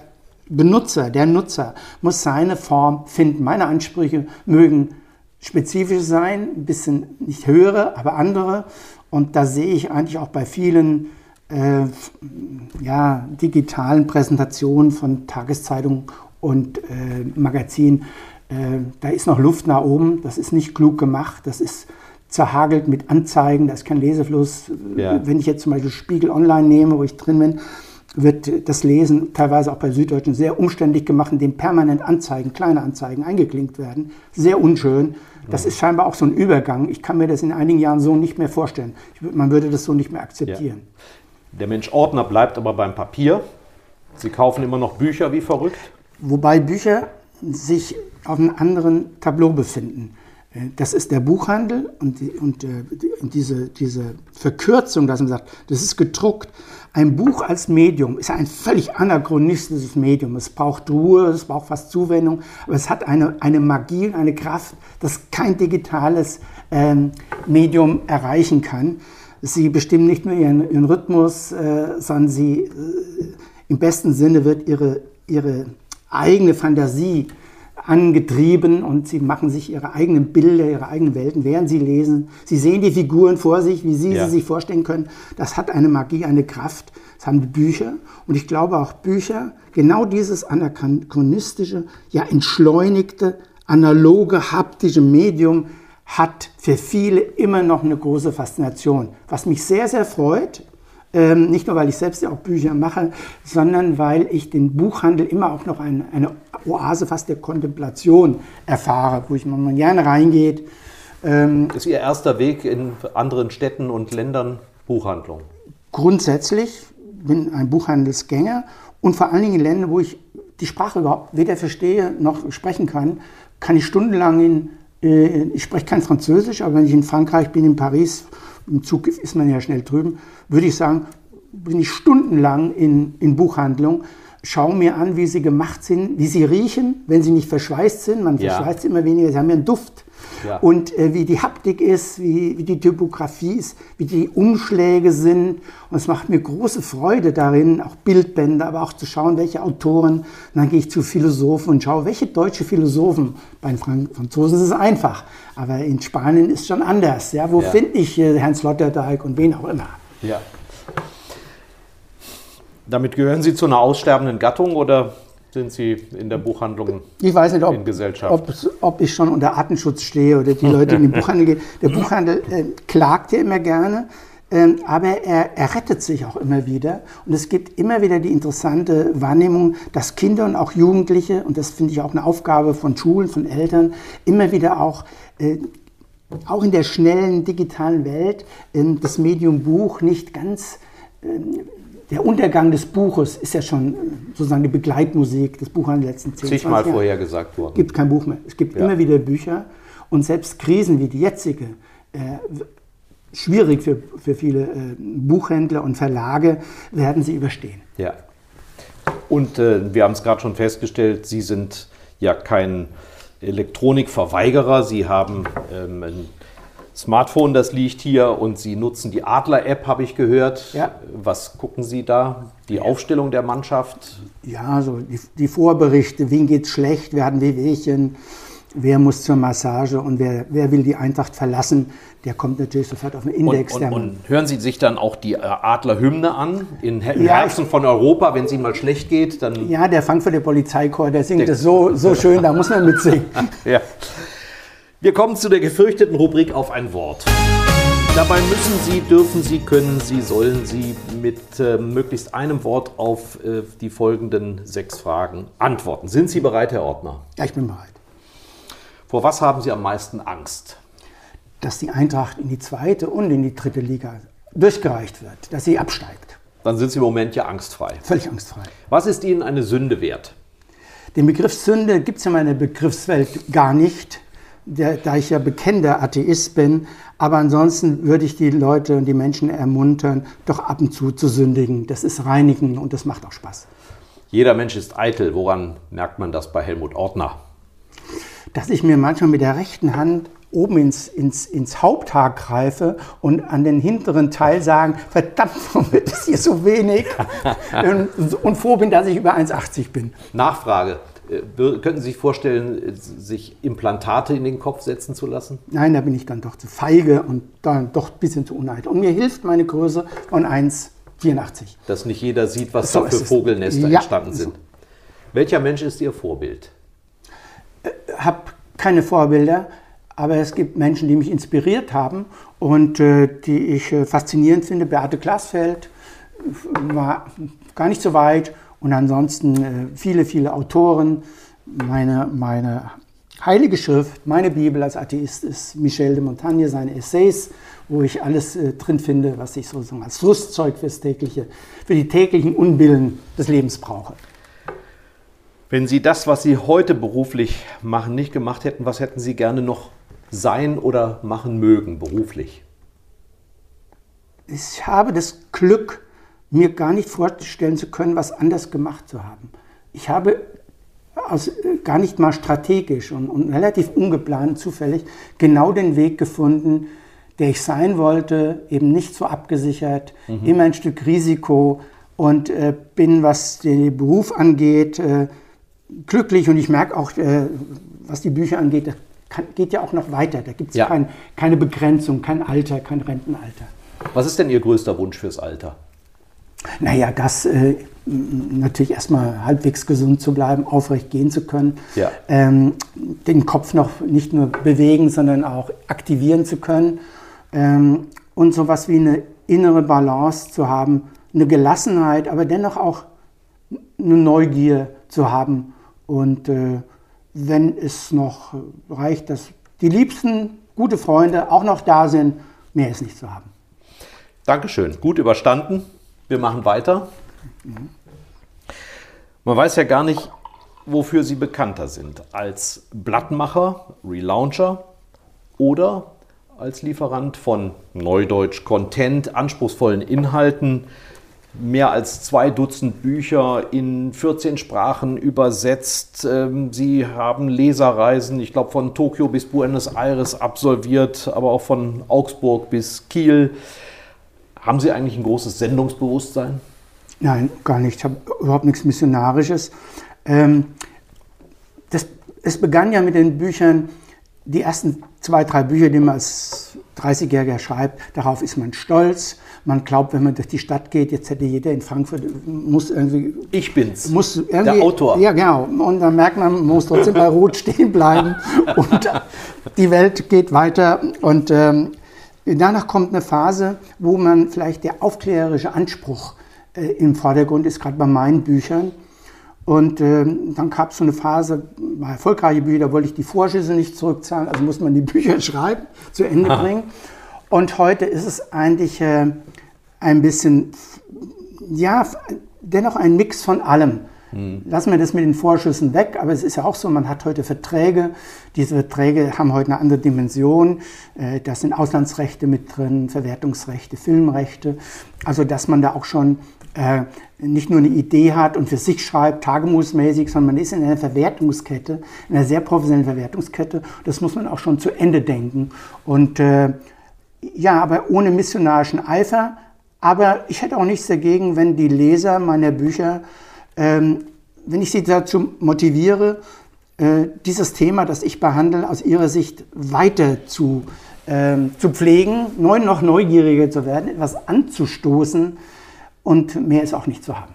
Nutzer muss seine Form finden. Meine Ansprüche mögen spezifisch sein, ein bisschen nicht höhere, aber andere. Und da sehe ich eigentlich auch bei vielen digitalen Präsentationen von Tageszeitungen und Magazinen, da ist noch Luft nach oben. Das ist nicht klug gemacht, das ist zerhagelt mit Anzeigen, da ist kein Lesefluss. Wenn ich jetzt zum Beispiel Spiegel Online nehme, wo ich drin bin, wird das Lesen teilweise auch bei Süddeutschen sehr umständlich gemacht, indem permanent kleine Anzeigen eingeklinkt werden. Sehr unschön. Das ist scheinbar auch so ein Übergang. Ich kann mir das in einigen Jahren so nicht mehr vorstellen. Man würde das so nicht mehr akzeptieren. Ja. Der Mensch Ordner bleibt aber beim Papier. Sie kaufen immer noch Bücher wie verrückt? Wobei Bücher sich auf einem anderen Tableau befinden. Das ist der Buchhandel und diese Verkürzung, dass man sagt, das ist gedruckt. Ein Buch als Medium ist ein völlig anachronistisches Medium. Es braucht Ruhe, es braucht fast Zuwendung, aber es hat eine Magie und eine Kraft, das kein digitales Medium erreichen kann. Sie bestimmen nicht nur ihren Rhythmus, sondern im besten Sinne wird ihre eigene Fantasie angetrieben und sie machen sich ihre eigenen Bilder, ihre eigenen Welten, während sie lesen. Sie sehen die Figuren vor sich, wie sie sich vorstellen können. Das hat eine Magie, eine Kraft. Das haben die Bücher. Und ich glaube auch Bücher, genau dieses anachronistische, entschleunigte, analoge, haptische Medium hat für viele immer noch eine große Faszination. Was mich sehr, sehr freut, nicht nur, weil ich selbst ja auch Bücher mache, sondern weil ich den Buchhandel immer auch noch eine Oase fast der Kontemplation erfahre, wo man gerne reingeht. Ist Ihr erster Weg in anderen Städten und Ländern Buchhandlung? Grundsätzlich bin ein Buchhandelsgänger und vor allen Dingen in Ländern, wo ich die Sprache überhaupt weder verstehe noch sprechen kann ich stundenlang ich spreche kein Französisch, aber wenn ich in Frankreich bin, in Paris, im Zug ist man ja schnell drüben, würde ich sagen, bin ich stundenlang in Buchhandlung, schaue mir an, wie sie gemacht sind, wie sie riechen, wenn sie nicht verschweißt sind. Man verschweißt immer weniger, sie haben ja einen Duft. Ja. Und wie die Haptik ist, wie die Typografie ist, wie die Umschläge sind. Und es macht mir große Freude darin, auch Bildbände, aber auch zu schauen, welche Autoren. Und dann gehe ich zu Philosophen und schaue, welche deutsche Philosophen. Bei den Franzosen ist es einfach, aber in Spanien ist es schon anders. Ja? Wo finde ich Herrn Sloterdijk und wen auch immer? Ja. Damit gehören Sie zu einer aussterbenden Gattung oder sind Sie in der Buchhandlung ich weiß nicht, in Gesellschaft? Ob ich schon unter Artenschutz stehe oder die Leute, die in den Buchhandel gehen. Der Buchhandel klagt ja immer gerne, aber er rettet sich auch immer wieder. Und es gibt immer wieder die interessante Wahrnehmung, dass Kinder und auch Jugendliche, und das finde ich auch eine Aufgabe von Schulen, von Eltern, immer wieder auch in der schnellen digitalen Welt das Medium Buch nicht ganz der Untergang des Buches ist ja schon sozusagen die Begleitmusik des Buches in den letzten 10, 20 Jahren. Zigmal vorher gesagt worden. Es gibt kein Buch mehr. Es gibt immer wieder Bücher. Und selbst Krisen wie die jetzige, schwierig für viele Buchhändler und Verlage, werden sie überstehen. Ja. Und wir haben es gerade schon festgestellt, Sie sind ja kein Elektronikverweigerer. Sie haben ein Smartphone, das liegt hier, und Sie nutzen die Adler-App, habe ich gehört. Ja. Was gucken Sie da? Die Aufstellung der Mannschaft? Ja, so die Vorberichte, wen geht's schlecht, wer hat ein Wehwehchen, wer muss zur Massage und wer will die Eintracht verlassen, der kommt natürlich sofort auf den Index. Und hören Sie sich dann auch die Adler-Hymne an, im Herzen von Europa, wenn es Ihnen mal schlecht geht? Dann ja, der Frankfurter Polizeichor, der singt das so schön, da muss man mitsingen. Ja. Wir kommen zu der gefürchteten Rubrik auf ein Wort. Dabei müssen Sie, dürfen Sie, können Sie, sollen Sie mit möglichst einem Wort auf die folgenden 6 Fragen antworten. Sind Sie bereit, Herr Ortner? Ja, ich bin bereit. Vor was haben Sie am meisten Angst? Dass die Eintracht in die 2. und in die 3. Liga durchgereicht wird, dass sie absteigt. Dann sind Sie im Moment ja angstfrei. Völlig angstfrei. Was ist Ihnen eine Sünde wert? Den Begriff Sünde gibt es in meiner Begriffswelt gar nicht, da ich ja bekennender Atheist bin. Aber ansonsten würde ich die Leute und die Menschen ermuntern, doch ab und zu sündigen. Das ist reinigen und das macht auch Spaß. Jeder Mensch ist eitel. Woran merkt man das bei Helmut Ortner? Dass ich mir manchmal mit der rechten Hand oben ins Haupthaar greife und an den hinteren Teil sagen, verdammt, warum wird das hier so wenig? Und froh bin, dass ich über 1,80 bin. Nachfrage. Könnten Sie sich vorstellen, sich Implantate in den Kopf setzen zu lassen? Nein, da bin ich dann doch zu feige und dann doch ein bisschen zu uneitel. Und mir hilft meine Größe von 1,84. Dass nicht jeder sieht, was da für Vogelnester entstanden sind. Welcher Mensch ist Ihr Vorbild? Ich habe keine Vorbilder, aber es gibt Menschen, die mich inspiriert haben und die ich faszinierend finde. Beate Glasfeld war gar nicht so weit. Und ansonsten viele, viele Autoren. Meine heilige Schrift, meine Bibel als Atheist ist Michel de Montaigne, seine Essays, wo ich alles drin finde, was ich sozusagen als Rüstzeug für die täglichen Unbillen des Lebens brauche. Wenn Sie das, was Sie heute beruflich machen, nicht gemacht hätten, was hätten Sie gerne noch sein oder machen mögen beruflich? Ich habe das Glück, mir gar nicht vorstellen zu können, was anders gemacht zu haben. Ich habe gar nicht mal strategisch und relativ ungeplant, zufällig, genau den Weg gefunden, der ich sein wollte, eben nicht so abgesichert, immer ein Stück Risiko und bin, was den Beruf angeht, glücklich. Und ich merke auch, was die Bücher angeht, das geht ja auch noch weiter. Da gibt es keine Begrenzung, kein Alter, kein Rentenalter. Was ist denn Ihr größter Wunsch fürs Alter? Naja, das natürlich erstmal halbwegs gesund zu bleiben, aufrecht gehen zu können, den Kopf noch nicht nur bewegen, sondern auch aktivieren zu können und sowas wie eine innere Balance zu haben, eine Gelassenheit, aber dennoch auch eine Neugier zu haben und wenn es noch reicht, dass die liebsten, gute Freunde auch noch da sind, mehr ist nicht zu haben. Dankeschön, gut überstanden. Wir machen weiter. Man weiß ja gar nicht, wofür Sie bekannter sind. Als Blattmacher, Relauncher oder als Lieferant von Neudeutsch Content, anspruchsvollen Inhalten, mehr als 2 Dutzend Bücher in 14 Sprachen übersetzt. Sie haben Leserreisen, ich glaube, von Tokio bis Buenos Aires absolviert, aber auch von Augsburg bis Kiel. Haben Sie eigentlich ein großes Sendungsbewusstsein? Nein, gar nicht. Ich habe überhaupt nichts Missionarisches. Es begann ja mit den Büchern, die ersten 2, 3 Bücher, die man als 30-Jähriger schreibt, darauf ist man stolz. Man glaubt, wenn man durch die Stadt geht, jetzt hätte jeder in Frankfurt, muss irgendwie... Ich bin's, der Autor. Ja, genau. Und dann merkt man, man muss trotzdem bei Rot stehen bleiben. Und die Welt geht weiter. Und danach kommt eine Phase, wo man vielleicht der aufklärerische Anspruch im Vordergrund ist, gerade bei meinen Büchern. Und dann gab es so eine Phase, bei erfolgreichen Büchern, da wollte ich die Vorschüsse nicht zurückzahlen, also muss man die Bücher schreiben, zu Ende bringen. Und heute ist es eigentlich ein bisschen, ja, dennoch ein Mix von allem. Lassen wir das mit den Vorschüssen weg, aber es ist ja auch so, man hat heute Verträge. Diese Verträge haben heute eine andere Dimension. Da sind Auslandsrechte mit drin, Verwertungsrechte, Filmrechte. Also dass man da auch schon nicht nur eine Idee hat und für sich schreibt, tagebuchsmäßig, sondern man ist in einer Verwertungskette, in einer sehr professionellen Verwertungskette. Das muss man auch schon zu Ende denken. Und ja, aber ohne missionarischen Eifer. Aber ich hätte auch nichts dagegen, wenn die Leser meiner Bücher, wenn ich sie dazu motiviere, dieses Thema, das ich behandle, aus ihrer Sicht weiter zu pflegen, noch neugieriger zu werden, etwas anzustoßen und mehr ist auch nicht zu haben.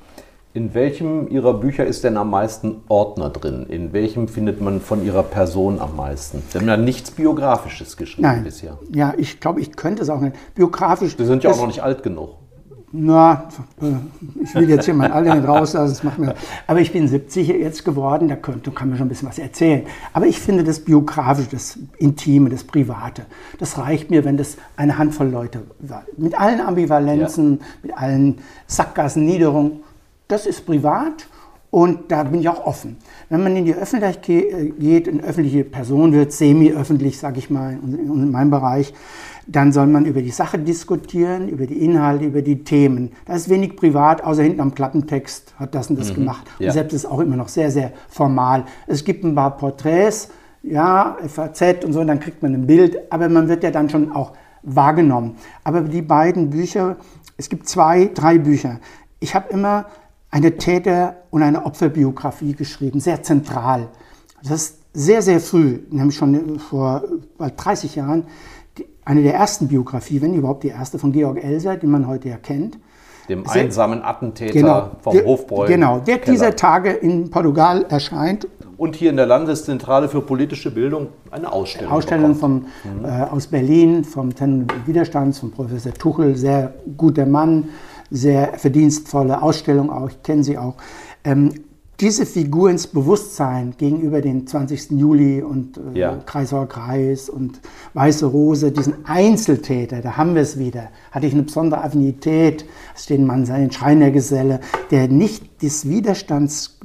In welchem Ihrer Bücher ist denn am meisten Ordner drin? In welchem findet man von Ihrer Person am meisten? Sie haben ja nichts Biografisches geschrieben bisher. Ja, ich glaube, ich könnte es auch nicht. Biografisch. Sie sind ja auch noch nicht alt genug. Na, ich will jetzt hier mein Alter nicht rauslassen, das macht mir. Aber ich bin 70 jetzt geworden, da kann man schon ein bisschen was erzählen. Aber ich finde das Biografische, das Intime, das Private, das reicht mir, wenn das eine Handvoll Leute war. Mit allen Ambivalenzen, mit allen Sackgassen, Niederungen. Das ist privat und da bin ich auch offen. Wenn man in die Öffentlichkeit geht, eine öffentliche Person wird, semi-öffentlich, sage ich mal, in meinem Bereich, dann soll man über die Sache diskutieren, über die Inhalte, über die Themen. Da ist wenig privat, außer hinten am Klappentext hat das und das gemacht. Ja. Und selbst ist auch immer noch sehr, sehr formal. Es gibt ein paar Porträts, ja, FAZ und so, und dann kriegt man ein Bild, aber man wird ja dann schon auch wahrgenommen. Aber die beiden Bücher, es gibt 2, 3 Bücher. Ich habe immer eine Täter- und eine Opferbiografie geschrieben, sehr zentral. Das ist sehr, sehr früh, nämlich schon vor bald 30 Jahren, eine der ersten Biografien, wenn überhaupt die erste, von Georg Elser, den man heute ja kennt. Dem einsamen Attentäter vom Hofbräu. Genau, der dieser Tage in Portugal erscheint. Und hier in der Landeszentrale für politische Bildung eine Ausstellung. Ausstellung aus Berlin, vom Tenor Widerstands, von Professor Tuchel, sehr guter Mann, sehr verdienstvolle Ausstellung auch, ich kenne sie auch. Diese Figur ins Bewusstsein gegenüber den 20. Juli und Kreisauer Kreis und Weiße Rose, diesen Einzeltäter, da haben wir es wieder, hatte ich eine besondere Affinität, es steht ein Mann, sein Schreinergeselle, der nicht das Widerstandsbild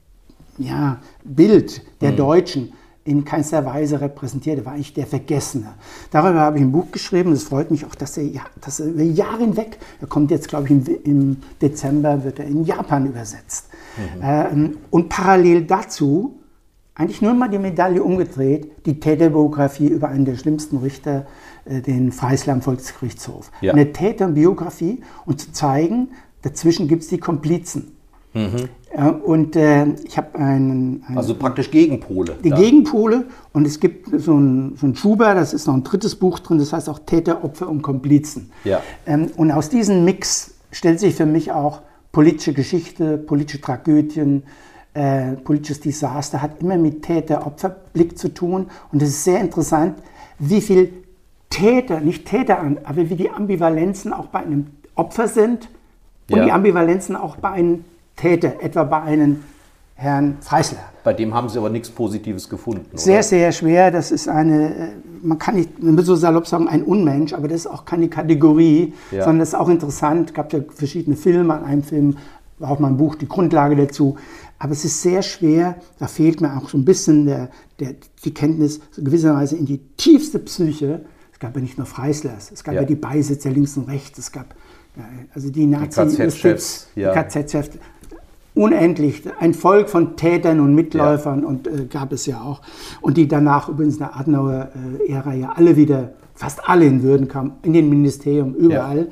der Deutschen in keinster Weise repräsentiert, er war eigentlich der Vergessene. Darüber habe ich ein Buch geschrieben, es freut mich auch, dass er über Jahre hinweg, er kommt jetzt, glaube ich, im Dezember, wird er in Japan übersetzt. Und parallel dazu, eigentlich nur mal die Medaille umgedreht, die Täterbiografie über einen der schlimmsten Richter, den Freisler am Volksgerichtshof. Ja. Eine Täterbiografie und zu zeigen, dazwischen gibt es die Komplizen. Und ich habe also praktisch Gegenpole. Die Gegenpole, und es gibt so ein Schuber, das ist noch ein drittes Buch drin, das heißt auch Täter, Opfer und Komplizen. Ja. Und aus diesem Mix stellt sich für mich auch politische Geschichte, politische Tragödien, politisches Desaster, hat immer mit Täter-Opfer-Blick zu tun. Und es ist sehr interessant, wie viel Täter, nicht Täter, aber wie die Ambivalenzen auch bei einem Opfer sind und die Ambivalenzen auch bei einem Täter, etwa bei einem Herrn Freisler. Bei dem haben Sie aber nichts Positives gefunden, oder? Sehr, sehr schwer. Das ist man kann nicht, man will so salopp sagen, ein Unmensch, aber das ist auch keine Kategorie, sondern das ist auch interessant. Es gab ja verschiedene Filme, an einem Film war auch mal ein Buch, die Grundlage dazu. Aber es ist sehr schwer, da fehlt mir auch so ein bisschen die Kenntnis, so gewisserweise in die tiefste Psyche. Es gab ja nicht nur Freislers, es gab ja die Beisitzer links und rechts, es gab also die Nazi-Justiz, die KZ-Chefs. Unendlich, ein Volk von Tätern und Mitläufern und gab es ja auch. Und die danach übrigens in der Adenauer-Ära ja alle wieder, fast alle in Würden kamen, in den Ministerien, überall.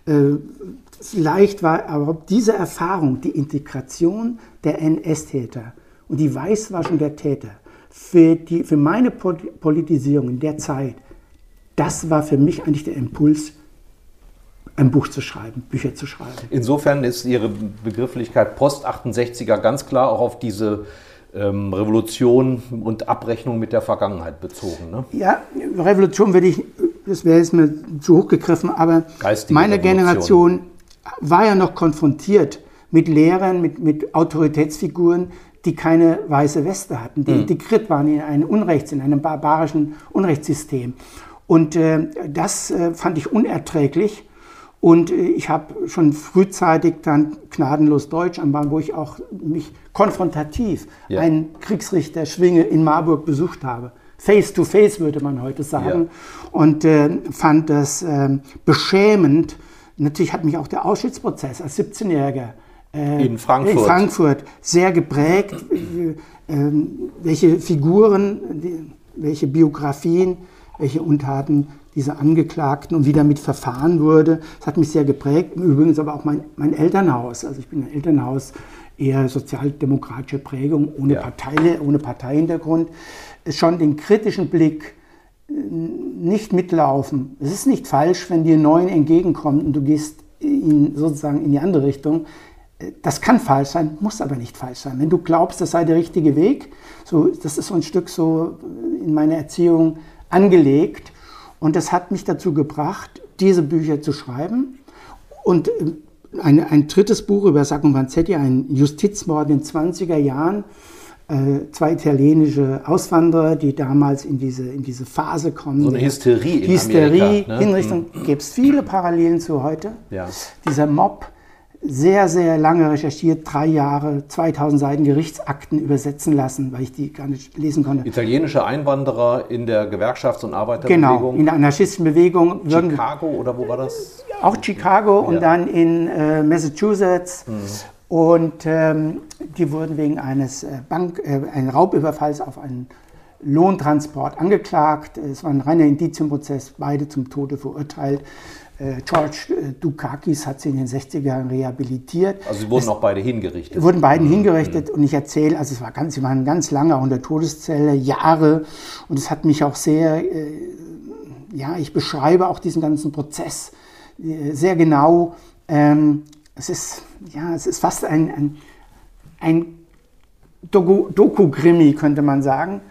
Vielleicht war aber diese Erfahrung, die Integration der NS-Täter und die Weißwaschung der Täter für meine Politisierung in der Zeit, das war für mich eigentlich der Impuls, ein Buch zu schreiben, Bücher zu schreiben. Insofern ist Ihre Begrifflichkeit Post-68er ganz klar auch auf diese Revolution und Abrechnung mit der Vergangenheit bezogen, ne? Ja, Revolution das wäre jetzt mir zu hoch gegriffen, aber meine Generation war ja noch konfrontiert mit Lehrern, mit Autoritätsfiguren, die keine weiße Weste hatten, die integriert waren in einem barbarischen Unrechtssystem. Und das fand ich unerträglich. Und ich habe schon frühzeitig dann Gnadenlos Deutsch angefangen, wo ich auch mich konfrontativ einen Kriegsrichter Schwinge in Marburg besucht habe. Face to face würde man heute sagen. Und fand das beschämend. Natürlich hat mich auch der Auschwitz-Prozess als 17-Jähriger in Frankfurt sehr geprägt. Welche Figuren, welche Biografien, welche Untaten diese Angeklagten und wie damit verfahren wurde. Das hat mich sehr geprägt. Übrigens aber auch mein Elternhaus. Also ich bin ein Elternhaus eher sozialdemokratische Prägung, ohne Parteihintergrund. Schon den kritischen Blick nicht mitlaufen. Es ist nicht falsch, wenn dir ein Neuen entgegenkommt und du gehst sozusagen in die andere Richtung. Das kann falsch sein, muss aber nicht falsch sein. Wenn du glaubst, das sei der richtige Weg, das ist so ein Stück so in meiner Erziehung angelegt. Und das hat mich dazu gebracht, diese Bücher zu schreiben. Und ein drittes Buch über Sacco und Vanzetti, ein Justizmord in den 20er Jahren. 2 italienische Auswanderer, die damals in diese Phase kommen. So eine Hysterie in Amerika, ne? Hinrichtung, gibt es viele Parallelen zu heute. Ja. Dieser Mob, sehr, sehr lange recherchiert, 3 Jahre, 2000 Seiten Gerichtsakten übersetzen lassen, weil ich die gar nicht lesen konnte. Italienische Einwanderer in der Gewerkschafts- und Arbeiterbewegung. Genau, in der anarchistischen Bewegung. Chicago oder wo war das? Auch Chicago und dann in Massachusetts. Und die wurden wegen eines Raubüberfalls auf einen Lohntransport angeklagt. Es war ein reiner Indizienprozess, beide zum Tode verurteilt. George Dukakis hat sie in den 60er Jahren rehabilitiert. Also sie wurden auch beide hingerichtet? Wurden beiden hingerichtet und ich erzähle, also sie waren ganz lange auch in der Todeszelle, Jahre. Und es hat mich auch sehr, ich beschreibe auch diesen ganzen Prozess sehr genau. Es ist fast ein Doku-Krimi, könnte man sagen.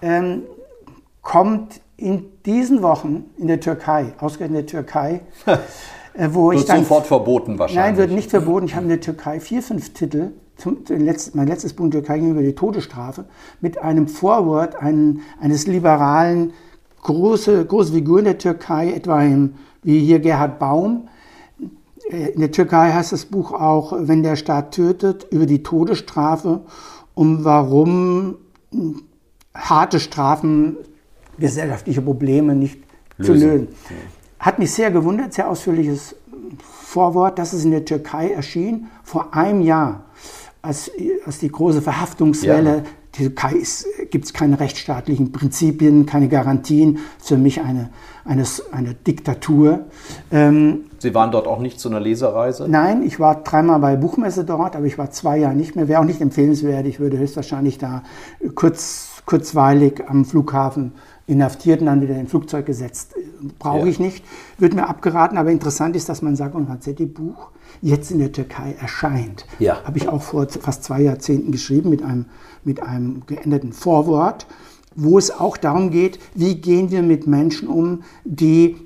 Kommt in diesen Wochen in der Türkei, ausgerechnet in der Türkei, wo ich dann... sofort verboten wahrscheinlich. Nein, wird nicht verboten. Ich habe in der Türkei 4, 5 Titel, mein letztes Buch in der Türkei ging über die Todesstrafe, mit einem Vorwort eines liberalen, große Figur in der Türkei, etwa wie hier Gerhard Baum. In der Türkei heißt das Buch auch, wenn der Staat tötet, über die Todesstrafe und warum harte Strafen gesellschaftliche Probleme nicht zu lösen. Hat mich sehr gewundert, sehr ausführliches Vorwort, dass es in der Türkei erschien, vor einem Jahr, als die große Verhaftungswelle, die Türkei gibt es keine rechtsstaatlichen Prinzipien, keine Garantien, für mich eine Diktatur. Sie waren dort auch nicht zu einer Lesereise? Nein, ich war 3-mal bei Buchmesse dort, aber ich war 2 Jahre nicht mehr. Wäre auch nicht empfehlenswert. Ich würde höchstwahrscheinlich da kurzweilig am Flughafen inhaftiert und dann wieder in ein Flugzeug gesetzt. Brauche ich nicht. Wird mir abgeraten, aber interessant ist, dass mein Sacco und Vanzetti Buch jetzt in der Türkei erscheint. Ja. Habe ich auch vor fast 2 Jahrzehnten geschrieben mit einem geänderten Vorwort, wo es auch darum geht, wie gehen wir mit Menschen um, die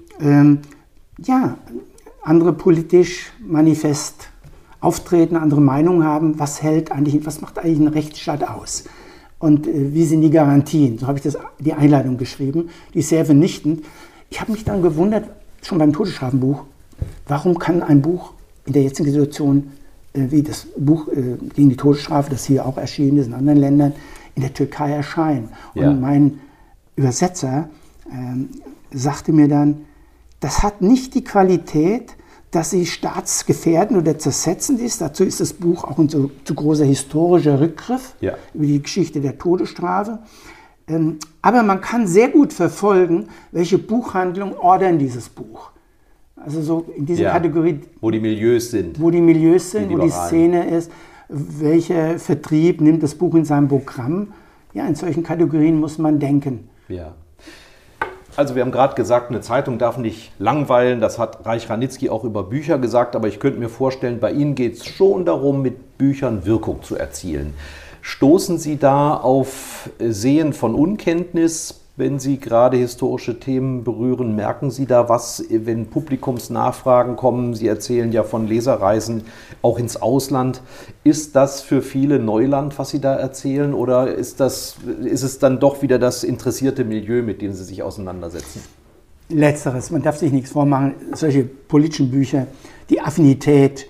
andere politisch manifest auftreten, andere Meinungen haben. Was macht eigentlich ein Rechtsstaat aus? Und wie sind die Garantien? So habe ich die Einleitung geschrieben. Die ist sehr vernichtend. Ich habe mich dann gewundert, schon beim Todesstrafenbuch, warum kann ein Buch in der jetzigen Situation, wie das Buch gegen die Todesstrafe, das hier auch erschienen ist in anderen Ländern, in der Türkei erscheinen. Und mein Übersetzer sagte mir dann, das hat nicht die Qualität, dass sie staatsgefährdend oder zersetzend ist. Dazu ist das Buch auch ein zu großer historischer Rückgriff über die Geschichte der Todesstrafe. Aber man kann sehr gut verfolgen, welche Buchhandlungen ordern dieses Buch. Also so in dieser Kategorie. Wo die Milieus sind. Wo die Szene ist. Welcher Vertrieb nimmt das Buch in sein Programm? Ja, in solchen Kategorien muss man denken. Ja. Also wir haben gerade gesagt, eine Zeitung darf nicht langweilen. Das hat Reich Ranitzky auch über Bücher gesagt. Aber ich könnte mir vorstellen, bei Ihnen geht es schon darum, mit Büchern Wirkung zu erzielen. Stoßen Sie da auf Sehen von Unkenntnis, wenn Sie gerade historische Themen berühren? Merken Sie da was, wenn Publikumsnachfragen kommen? Sie erzählen ja von Leserreisen auch ins Ausland. Ist das für viele Neuland, was Sie da erzählen? Oder ist es dann doch wieder das interessierte Milieu, mit dem Sie sich auseinandersetzen? Letzteres, man darf sich nichts vormachen, solche politischen Bücher, die Affinität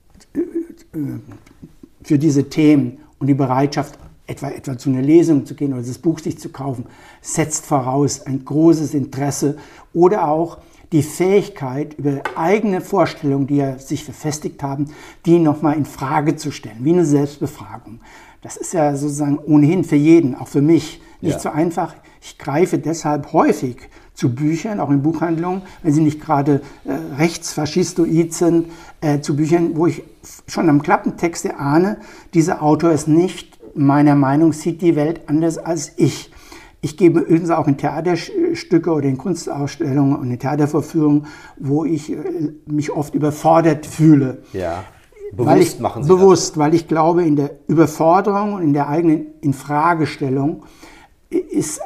für diese Themen und die Bereitschaft, etwa zu einer Lesung zu gehen oder das Buch sich zu kaufen, setzt voraus ein großes Interesse oder auch die Fähigkeit, über eigene Vorstellungen, die ja sich verfestigt haben, die nochmal in Frage zu stellen, wie eine Selbstbefragung. Das ist ja sozusagen ohnehin für jeden, auch für mich, nicht so einfach. Ich greife deshalb häufig zu Büchern, auch in Buchhandlungen, wenn sie nicht gerade rechtsfaschistoid sind, zu Büchern, wo ich schon am Klappentext ahne, dieser Autor ist nicht meiner Meinung, sieht die Welt anders als ich. Ich gebe übrigens auch in Theaterstücke oder in Kunstausstellungen und in Theatervorführungen, wo ich mich oft überfordert fühle. Ja, bewusst machen Sie das. Weil ich glaube, in der Überforderung und in der eigenen Infragestellung ist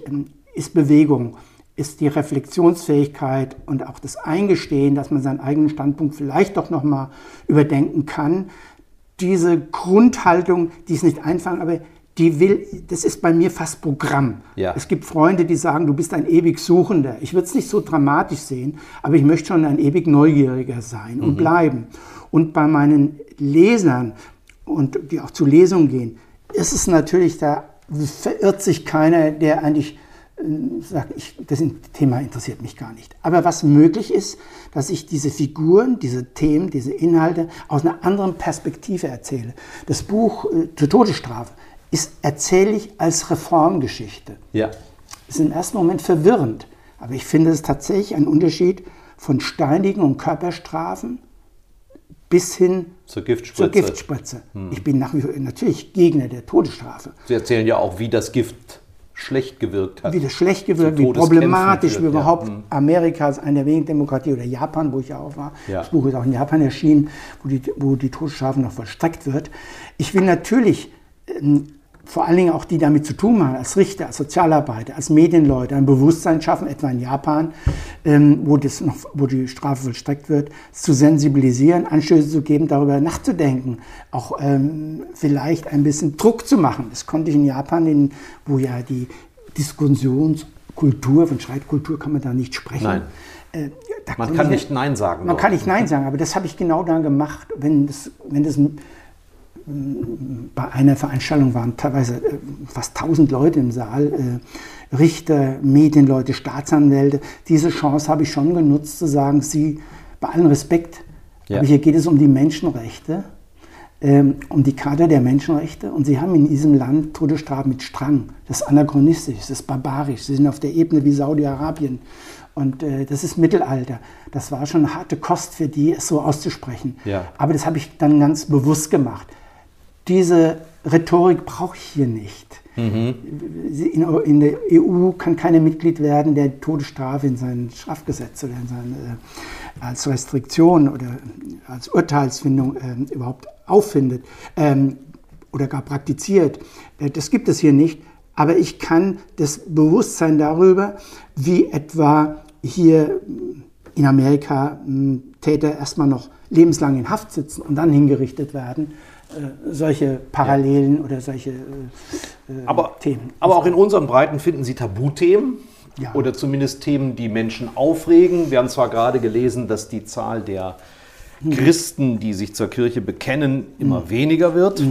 Bewegung, ist die Reflexionsfähigkeit und auch das Eingestehen, dass man seinen eigenen Standpunkt vielleicht doch nochmal überdenken kann. Diese Grundhaltung, die ist nicht einfach, aber das ist bei mir fast Programm. Ja. Es gibt Freunde, die sagen, du bist ein ewig Suchender. Ich würde es nicht so dramatisch sehen, aber ich möchte schon ein ewig Neugieriger sein und bleiben. Und bei meinen Lesern, und die auch zu Lesungen gehen, ist es natürlich, da verirrt sich keiner, der eigentlich sagt, das Thema interessiert mich gar nicht. Aber was möglich ist, dass ich diese Figuren, diese Themen, diese Inhalte aus einer anderen Perspektive erzähle. Das Buch zur Todesstrafe erzähle ich als Reformgeschichte. Ja. Ist im ersten Moment verwirrend, aber ich finde es tatsächlich ein Unterschied von Steinigen und Körperstrafen bis hin zur Giftspritze. Ich bin nach wie vor natürlich Gegner der Todesstrafe. Sie erzählen ja auch, wie das Gift schlecht gewirkt hat. Wie das schlecht gewirkt, wie problematisch wie überhaupt Amerika als eine der wenigen Demokratien oder Japan, wo ich ja auch war. Ja. Das Buch ist auch in Japan erschienen, wo die Todesstrafe noch vollstreckt wird. Ich will natürlich vor allen Dingen auch die damit zu tun haben, als Richter, als Sozialarbeiter, als Medienleute, ein Bewusstsein schaffen, etwa in Japan, wo die Strafe vollstreckt wird, zu sensibilisieren, Anstöße zu geben, darüber nachzudenken, auch vielleicht ein bisschen Druck zu machen. Das konnte ich in Japan, wo ja die Diskussionskultur, von Streitkultur kann man da nicht sprechen. Nein. Man kann nicht Nein sagen. Man kann nicht Nein sagen, aber das habe ich genau dann gemacht, wenn das bei einer Veranstaltung waren teilweise fast 1000 Leute im Saal, Richter, Medienleute, Staatsanwälte. Diese Chance habe ich schon genutzt, zu sagen, bei allem Respekt, aber hier geht es um die Menschenrechte, um die Charta der Menschenrechte. Und Sie haben in diesem Land Todesstrafe mit Strang. Das ist anachronistisch, das ist barbarisch. Sie sind auf der Ebene wie Saudi-Arabien. Und das ist Mittelalter. Das war schon eine harte Kost für die, es so auszusprechen. Ja. Aber das habe ich dann ganz bewusst gemacht. Diese Rhetorik brauche ich hier nicht. In der EU kann keiner Mitglied werden, der Todesstrafe in sein Strafgesetz oder als Restriktion oder als Urteilsfindung überhaupt auffindet oder gar praktiziert. Das gibt es hier nicht. Aber ich kann das Bewusstsein darüber, wie etwa hier in Amerika Täter erstmal noch lebenslang in Haft sitzen und dann hingerichtet werden, solche Parallelen oder solche Themen. Aber auch in unseren Breiten finden Sie Tabuthemen oder zumindest Themen, die Menschen aufregen. Wir haben zwar gerade gelesen, dass die Zahl der Christen, die sich zur Kirche bekennen, immer weniger wird.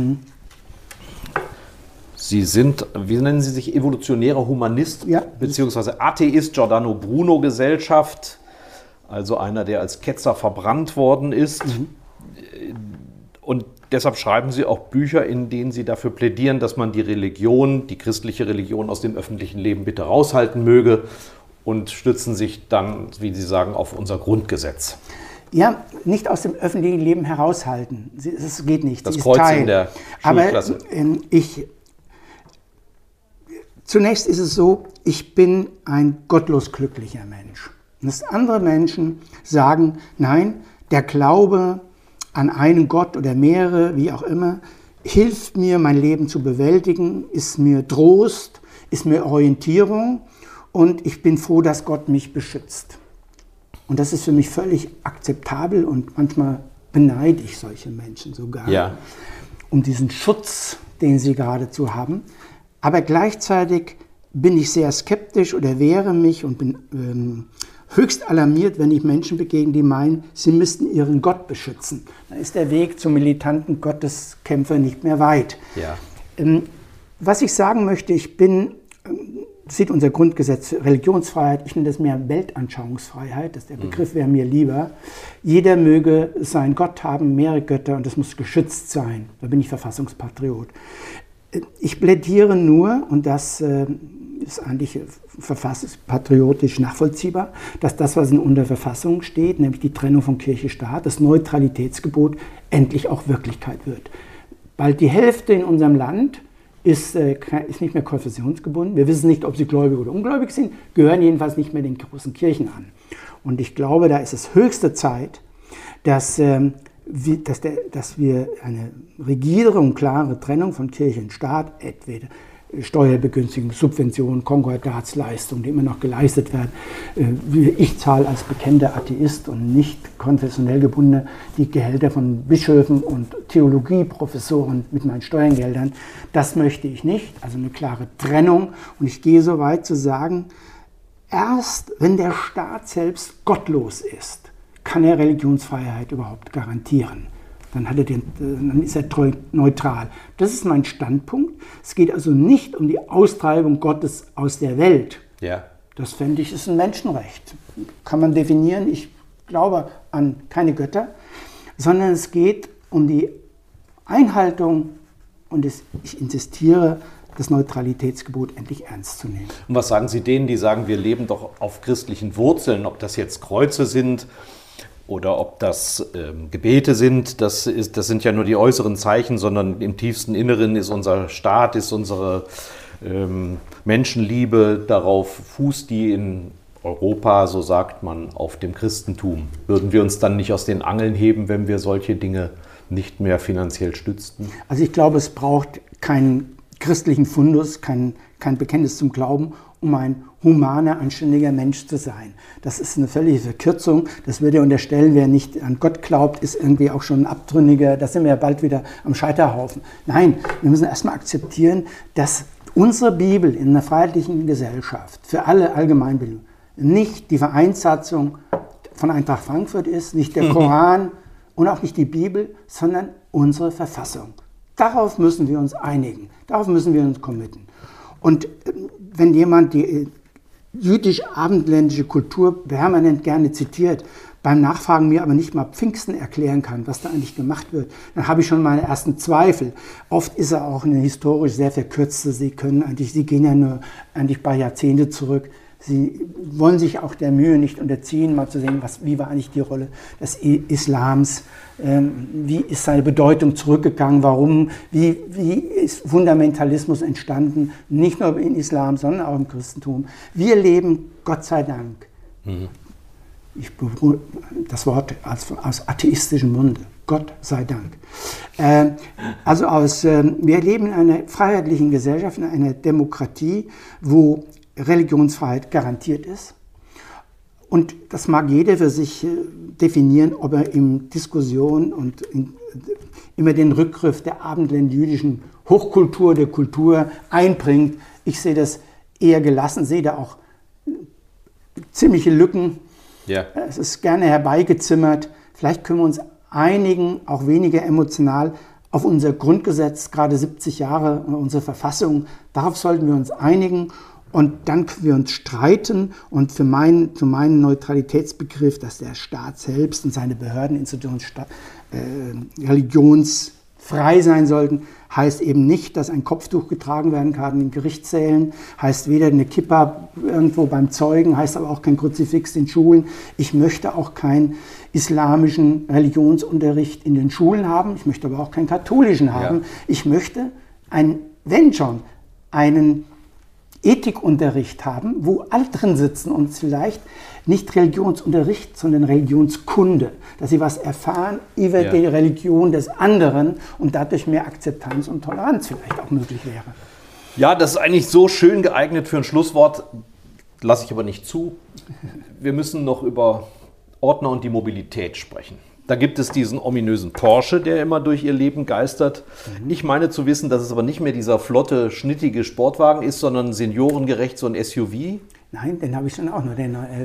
Sie sind, wie nennen Sie sich, evolutionärer Humanist, beziehungsweise Atheist, Giordano Bruno Gesellschaft, also einer, der als Ketzer verbrannt worden ist. Und deshalb schreiben Sie auch Bücher, in denen Sie dafür plädieren, dass man die Religion, die christliche Religion aus dem öffentlichen Leben bitte raushalten möge und stützen sich dann, wie Sie sagen, auf unser Grundgesetz. Ja, nicht aus dem öffentlichen Leben heraushalten. Das geht nicht. Das Kreuz in der Schulklasse. Aber zunächst ist es so, ich bin ein gottlos glücklicher Mensch. Und dass andere Menschen sagen, nein, der Glaube an einen Gott oder mehrere, wie auch immer, hilft mir, mein Leben zu bewältigen, ist mir Trost, ist mir Orientierung und ich bin froh, dass Gott mich beschützt. Und das ist für mich völlig akzeptabel und manchmal beneide ich solche Menschen sogar um diesen Schutz, den sie geradezu haben. Aber gleichzeitig bin ich sehr skeptisch oder wehre mich und bin höchst alarmiert, wenn ich Menschen begegne, die meinen, sie müssten ihren Gott beschützen. Dann ist der Weg zum militanten Gotteskämpfer nicht mehr weit. Ja. Was ich sagen möchte, sieht unser Grundgesetz Religionsfreiheit, ich nenne das mehr Weltanschauungsfreiheit, der Begriff wäre mir lieber. Jeder möge seinen Gott haben, mehrere Götter, und das muss geschützt sein. Da bin ich Verfassungspatriot. Ich plädiere nur, und das ist eigentlich verfassungspatriotisch nachvollziehbar, dass das, was in unserer Verfassung steht, nämlich die Trennung von Kirche und Staat, das Neutralitätsgebot, endlich auch Wirklichkeit wird. Bald die Hälfte in unserem Land ist nicht mehr konfessionsgebunden. Wir wissen nicht, ob sie gläubig oder ungläubig sind, gehören jedenfalls nicht mehr den großen Kirchen an. Und ich glaube, da ist es höchste Zeit, dass wir eine rigide und klare Trennung von Kirche und Staat, entweder Steuerbegünstigung, Subventionen, Konkordatsleistungen, die immer noch geleistet werden. Ich zahle als bekennender Atheist und nicht konfessionell gebundener die Gehälter von Bischöfen und Theologieprofessoren mit meinen Steuergeldern. Das möchte ich nicht, also eine klare Trennung. Und ich gehe so weit zu sagen, erst wenn der Staat selbst gottlos ist, kann er Religionsfreiheit überhaupt garantieren. Dann ist er neutral. Das ist mein Standpunkt. Es geht also nicht um die Austreibung Gottes aus der Welt. Ja. Das fände ich, ist ein Menschenrecht. Kann man definieren. Ich glaube an keine Götter, sondern es geht um die Einhaltung und ich insistiere, das Neutralitätsgebot endlich ernst zu nehmen. Und was sagen Sie denen, die sagen, wir leben doch auf christlichen Wurzeln, ob das jetzt Kreuze sind oder ob das Gebete sind, das sind ja nur die äußeren Zeichen, sondern im tiefsten Inneren ist unser Staat, ist unsere Menschenliebe, darauf fußt die in Europa, so sagt man, auf dem Christentum. Würden wir uns dann nicht aus den Angeln heben, wenn wir solche Dinge nicht mehr finanziell stützten? Also ich glaube, es braucht keinen christlichen Fundus, kein Bekenntnis zum Glauben, um ein humaner, anständiger Mensch zu sein. Das ist eine völlige Verkürzung. Das würde unterstellen, wer nicht an Gott glaubt, ist irgendwie auch schon ein Abtrünniger. Da sind wir ja bald wieder am Scheiterhaufen. Nein, wir müssen erstmal akzeptieren, dass unsere Bibel in einer freiheitlichen Gesellschaft für alle Allgemeinbildung nicht die Vereinssatzung von Eintracht Frankfurt ist, nicht der Koran und auch nicht die Bibel, sondern unsere Verfassung. Darauf müssen wir uns einigen. Darauf müssen wir uns committen. Und wenn jemand die jüdisch-abendländische Kultur permanent gerne zitiert, beim Nachfragen mir aber nicht mal Pfingsten erklären kann, was da eigentlich gemacht wird, dann habe ich schon meine ersten Zweifel. Oft ist er auch eine historisch sehr verkürzte, Sie gehen ja nur eigentlich ein paar Jahrzehnte zurück. Sie wollen sich auch der Mühe nicht unterziehen, mal zu sehen, wie war eigentlich die Rolle des Islams, wie ist seine Bedeutung zurückgegangen, warum, wie ist Fundamentalismus entstanden, nicht nur im Islam, sondern auch im Christentum. Wir leben, Gott sei Dank, das Wort aus atheistischem Munde, Gott sei Dank. Wir leben in einer freiheitlichen Gesellschaft, in einer Demokratie, wo Religionsfreiheit garantiert ist. Und das mag jeder für sich definieren, ob er in Diskussion und immer den Rückgriff der abendländischen Hochkultur, der Kultur einbringt. Ich sehe das eher gelassen, sehe da auch ziemliche Lücken. Ja. Es ist gerne herbeigezimmert. Vielleicht können wir uns einigen, auch weniger emotional, auf unser Grundgesetz, gerade 70 Jahre, unsere Verfassung. Darauf sollten wir uns einigen. Und dann können wir uns streiten und zu meinem Neutralitätsbegriff, dass der Staat selbst und seine Behördeninstitutionen religionsfrei sein sollten, heißt eben nicht, dass ein Kopftuch getragen werden kann in Gerichtssälen, heißt weder eine Kippa irgendwo beim Zeugen, heißt aber auch kein Kruzifix in Schulen. Ich möchte auch keinen islamischen Religionsunterricht in den Schulen haben, ich möchte aber auch keinen katholischen haben. Ja. Ich möchte wenn schon, einen Ethikunterricht haben, wo alle drin sitzen und vielleicht nicht Religionsunterricht, sondern Religionskunde, dass sie was erfahren über die Religion des anderen und dadurch mehr Akzeptanz und Toleranz vielleicht auch möglich wäre. Ja, das ist eigentlich so schön geeignet für ein Schlusswort, lasse ich aber nicht zu. Wir müssen noch über Ordner und die Mobilität sprechen. Da gibt es diesen ominösen Porsche, der immer durch ihr Leben geistert. Ich meine zu wissen, dass es aber nicht mehr dieser flotte, schnittige Sportwagen ist, sondern seniorengerecht so ein SUV. Nein, den habe ich schon auch nur, den 911.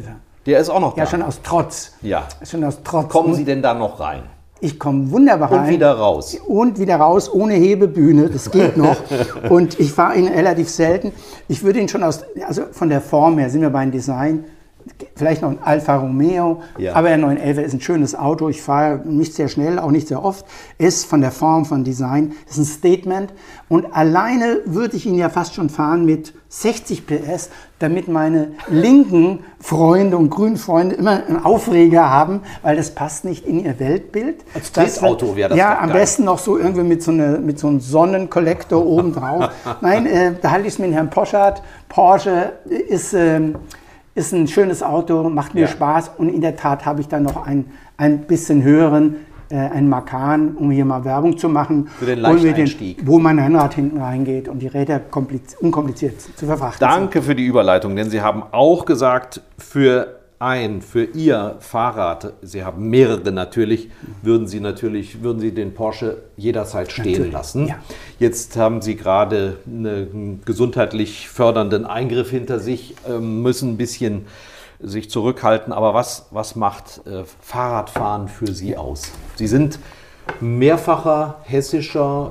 Der ist auch noch da. Ja, schon aus Trotz. Ja. Schon aus Trotz. Kommen Sie denn da noch rein? Ich komme wunderbar rein. Und wieder raus. Und wieder raus, ohne Hebebühne, das geht noch. Und ich fahre ihn relativ selten. Ich würde ihn schon also von der Form her, sind wir beim Design, vielleicht noch ein Alfa Romeo, aber der 911 ist ein schönes Auto. Ich fahre nicht sehr schnell, auch nicht sehr oft. Ist von der Form, von Design, ist ein Statement. Und alleine würde ich ihn ja fast schon fahren mit 60 PS, damit meine linken Freunde und grünen Freunde immer einen Aufreger haben, weil das passt nicht in ihr Weltbild. Als Testauto wäre das ja, doch am geil. Besten noch so irgendwie mit so einem Sonnenkollektor oben drauf. Nein, da halte ich es mit Herrn Poschardt. Porsche ist ein schönes Auto, macht mir Spaß und in der Tat habe ich dann noch ein bisschen höheren, einen Macan, um hier mal Werbung zu machen. Für den Leichteinstieg. Wo mein Rennrad hinten reingeht und die Räder unkompliziert zu verfrachten Danke für die Überleitung, denn Sie haben auch gesagt, für Ihr Fahrrad, Sie haben mehrere natürlich, würden Sie den Porsche jederzeit stehen lassen. Ja. Jetzt haben Sie gerade einen gesundheitlich fördernden Eingriff hinter sich, müssen ein bisschen sich zurückhalten. Aber was macht Fahrradfahren für Sie aus? Sie sind mehrfacher hessischer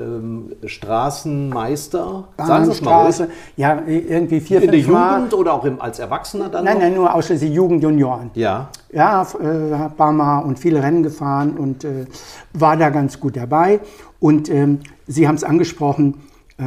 Straßenmeister? Sagen Sie es mal ruhig. Ja, irgendwie 4, 5 Mal. In der Jugend oder auch als Erwachsener dann noch? Nein, nur ausschließlich Jugend, Junioren. Ja. Ja, ein paar Mal und viele Rennen gefahren und war da ganz gut dabei. Und Sie haben es angesprochen,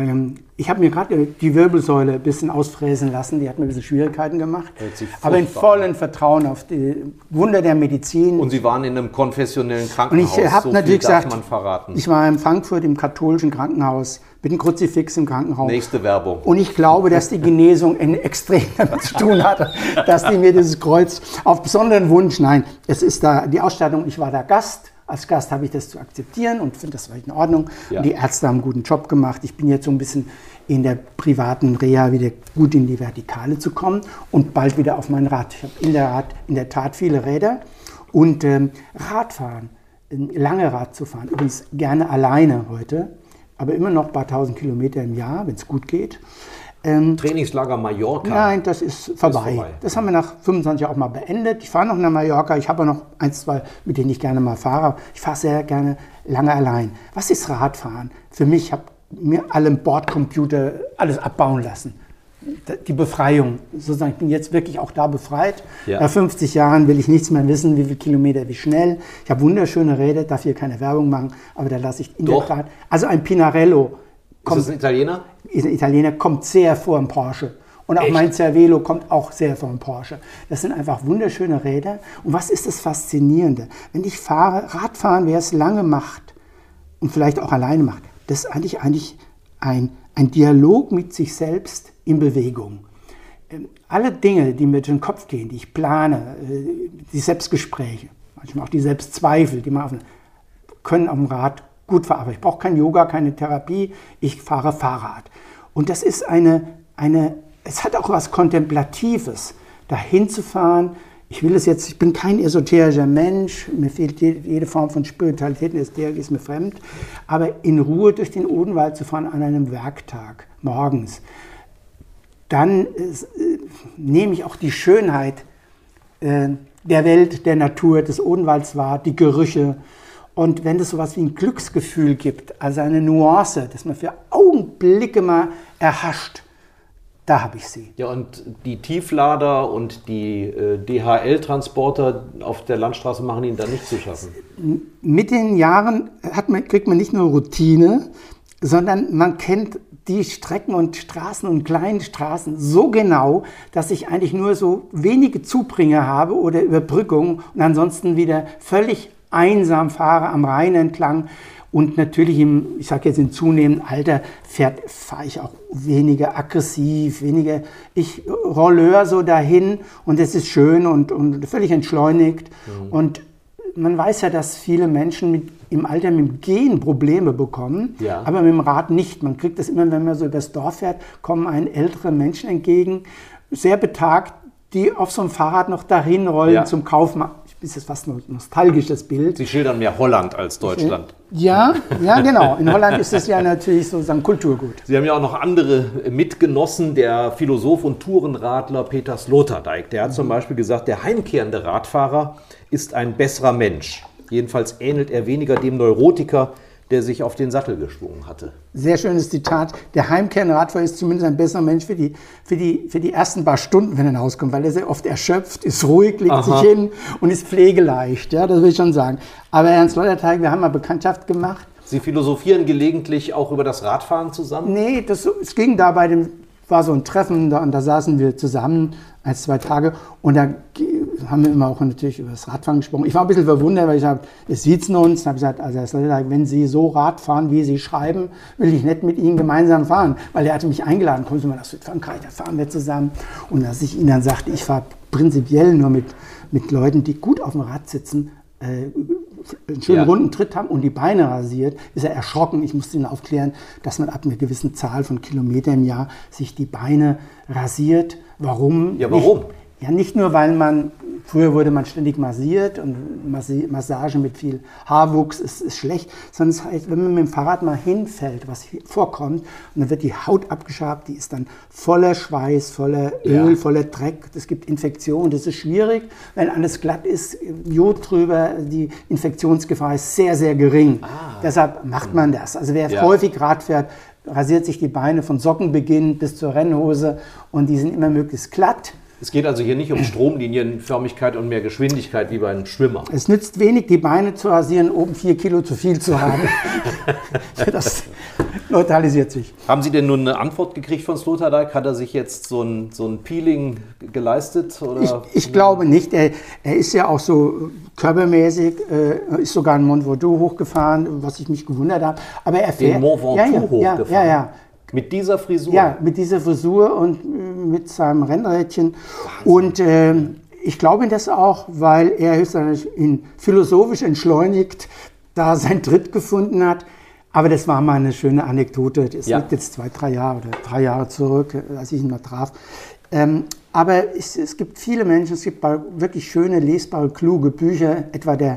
ich habe mir gerade die Wirbelsäule ein bisschen ausfräsen lassen, die hat mir ein bisschen Schwierigkeiten gemacht. Aber in vollem Vertrauen auf die Wunder der Medizin. Und Sie waren in einem konfessionellen Krankenhaus, und ich habe natürlich gesagt, darf man verraten. Ich war in Frankfurt im katholischen Krankenhaus, mit einem Kruzifix im Krankenhaus. Nächste Werbung. Und ich glaube, dass die Genesung extrem damit zu tun hatte, dass die mir dieses Kreuz auf besonderen Wunsch, nein, es ist da die Ausstattung, ich war da Gast. Als Gast habe ich das zu akzeptieren und finde das in Ordnung. Ja. Und die Ärzte haben einen guten Job gemacht. Ich bin jetzt so ein bisschen in der privaten Reha wieder gut in die Vertikale zu kommen und bald wieder auf mein Rad. Ich habe in der Tat viele Räder und Radfahren, lange Rad zu fahren, übrigens gerne alleine heute, aber immer noch ein paar tausend Kilometer im Jahr, wenn es gut geht. Trainingslager Mallorca? Nein, das ist vorbei. Das haben wir nach 25 Jahren auch mal beendet. Ich fahre noch nach Mallorca. Ich habe noch 1, 2, mit denen ich gerne mal fahre. Ich fahre sehr gerne lange allein. Was ist Radfahren? Für mich, ich habe mir alle im Bordcomputer alles abbauen lassen. Die Befreiung, sozusagen, ich bin jetzt wirklich auch da befreit. Ja. Nach 50 Jahren will ich nichts mehr wissen, wie viele Kilometer, wie schnell. Ich habe wunderschöne Räder, darf hier keine Werbung machen, aber da lasse ich in der Tat. Also ein Pinarello. Ist das ein Italiener? Ist ein Italiener, kommt sehr vor dem Porsche. Und auch mein Cervelo kommt auch sehr vor dem Porsche. Das sind einfach wunderschöne Räder. Und was ist das Faszinierende? Wenn ich fahre, Radfahren, wer es lange macht und vielleicht auch alleine macht, das ist eigentlich ein Dialog mit sich selbst in Bewegung. Alle Dinge, die mir durch den Kopf gehen, die ich plane, die Selbstgespräche, manchmal auch die Selbstzweifel, die man können auf dem Rad gut verarbeiten. Ich brauche kein Yoga, keine Therapie, ich fahre Fahrrad. Und das ist es hat auch was Kontemplatives, dahin zu fahren. Ich bin kein esoterischer Mensch, mir fehlt jede Form von Spiritualität und Esoterik ist mir fremd, aber in Ruhe durch den Odenwald zu fahren an einem Werktag, morgens, dann nehme ich auch die Schönheit der Welt, der Natur, des Odenwalds wahr, die Gerüche. Und wenn es sowas wie ein Glücksgefühl gibt, also eine Nuance, dass man für Augenblicke mal erhascht, da habe ich sie. Ja, und die Tieflader und die DHL-Transporter auf der Landstraße machen Ihnen da nicht zu schaffen? Mit den Jahren kriegt man nicht nur Routine, sondern man kennt die Strecken und Straßen und kleinen Straßen so genau, dass ich eigentlich nur so wenige Zubringer habe oder Überbrückungen und ansonsten wieder völlig einsam fahre am Rhein entlang und natürlich ich sage jetzt im zunehmenden Alter, fahre ich auch weniger aggressiv, ich rolleur so dahin und es ist schön und völlig entschleunigt. Mhm. Und man weiß ja, dass viele Menschen im Alter mit dem Gehen Probleme bekommen, aber mit dem Rad nicht. Man kriegt das immer, wenn man so übers Dorf fährt, kommen einem ältere Menschen entgegen, sehr betagt, die auf so einem Fahrrad noch dahin rollen zum Kaufmann. ist es fast ein nostalgisches Bild. Sie schildern mehr Holland als Deutschland. Ja, genau. In Holland ist es ja natürlich sozusagen Kulturgut. Sie haben ja auch noch andere Mitgenossen, der Philosoph und Tourenradler Peter Sloterdijk. Der hat zum Beispiel gesagt, der heimkehrende Radfahrer ist ein besserer Mensch. Jedenfalls ähnelt er weniger dem Neurotiker, der sich auf den Sattel geschwungen hatte. Sehr schönes Zitat. Der heimkehrende Radfahrer ist zumindest ein besserer Mensch für die ersten paar Stunden, wenn er rauskommt, weil er sehr oft erschöpft, ist ruhig, legt sich hin und ist pflegeleicht. Ja, das will ich schon sagen. Aber Herrn Sloterdijk, wir haben mal Bekanntschaft gemacht. Sie philosophieren gelegentlich auch über das Radfahren zusammen? Nee, es ging da war so ein Treffen, und da saßen wir zusammen, 1-2 Tage, und da haben wir immer auch natürlich über das Radfahren gesprochen. Ich war ein bisschen verwundert, weil wir sitzen uns, und habe gesagt, also Herr Sloterdijk, wenn Sie so Rad fahren, wie Sie schreiben, will ich nicht mit Ihnen gemeinsam fahren, weil er hatte mich eingeladen, kommen Sie mal nach Südfrankreich, da fahren wir zusammen. Und als ich Ihnen dann sagte, ich fahre prinzipiell nur mit Leuten, die gut auf dem Rad sitzen, einen schönen runden Tritt haben und die Beine rasiert, ist er erschrocken. Ich musste ihn aufklären, dass man ab einer gewissen Zahl von Kilometern im Jahr sich die Beine rasiert. Warum? Ja, warum? Nicht nur, weil früher wurde man ständig massiert und Massage mit viel Haarwuchs ist schlecht, sondern es heißt, wenn man mit dem Fahrrad mal hinfällt, was vorkommt, und dann wird die Haut abgeschabt, die ist dann voller Schweiß, voller Öl, voller Dreck, es gibt Infektionen, das ist schwierig, wenn alles glatt ist, Jod drüber, die Infektionsgefahr ist sehr, sehr gering. Deshalb macht man das. Also wer häufig Rad fährt, rasiert sich die Beine von Sockenbeginn bis zur Rennhose und die sind immer möglichst glatt. Es geht also hier nicht um Stromlinienförmigkeit und mehr Geschwindigkeit wie bei einem Schwimmer. Es nützt wenig, die Beine zu rasieren, oben 4 Kilo zu viel zu haben. Das neutralisiert sich. Haben Sie denn nun eine Antwort gekriegt von Sloterdijk? Hat er sich jetzt so ein Peeling geleistet? Oder? Ich glaube nicht. Er ist ja auch so körpermäßig, ist sogar in Mont Ventoux hochgefahren, was ich mich gewundert habe. Aber er fährt, den Mont Ventoux hochgefahren? Ja. Mit dieser Frisur? Ja, mit dieser Frisur und mit seinem Rennrädchen. Und ich glaube das auch, weil er höchstwahrscheinlich philosophisch entschleunigt da seinen Tritt gefunden hat. Aber das war mal eine schöne Anekdote. Das liegt jetzt 2-3 Jahre oder 3 Jahre zurück, als ich ihn mal traf. Aber es gibt viele Menschen, es gibt wirklich schöne, lesbare, kluge Bücher, etwa der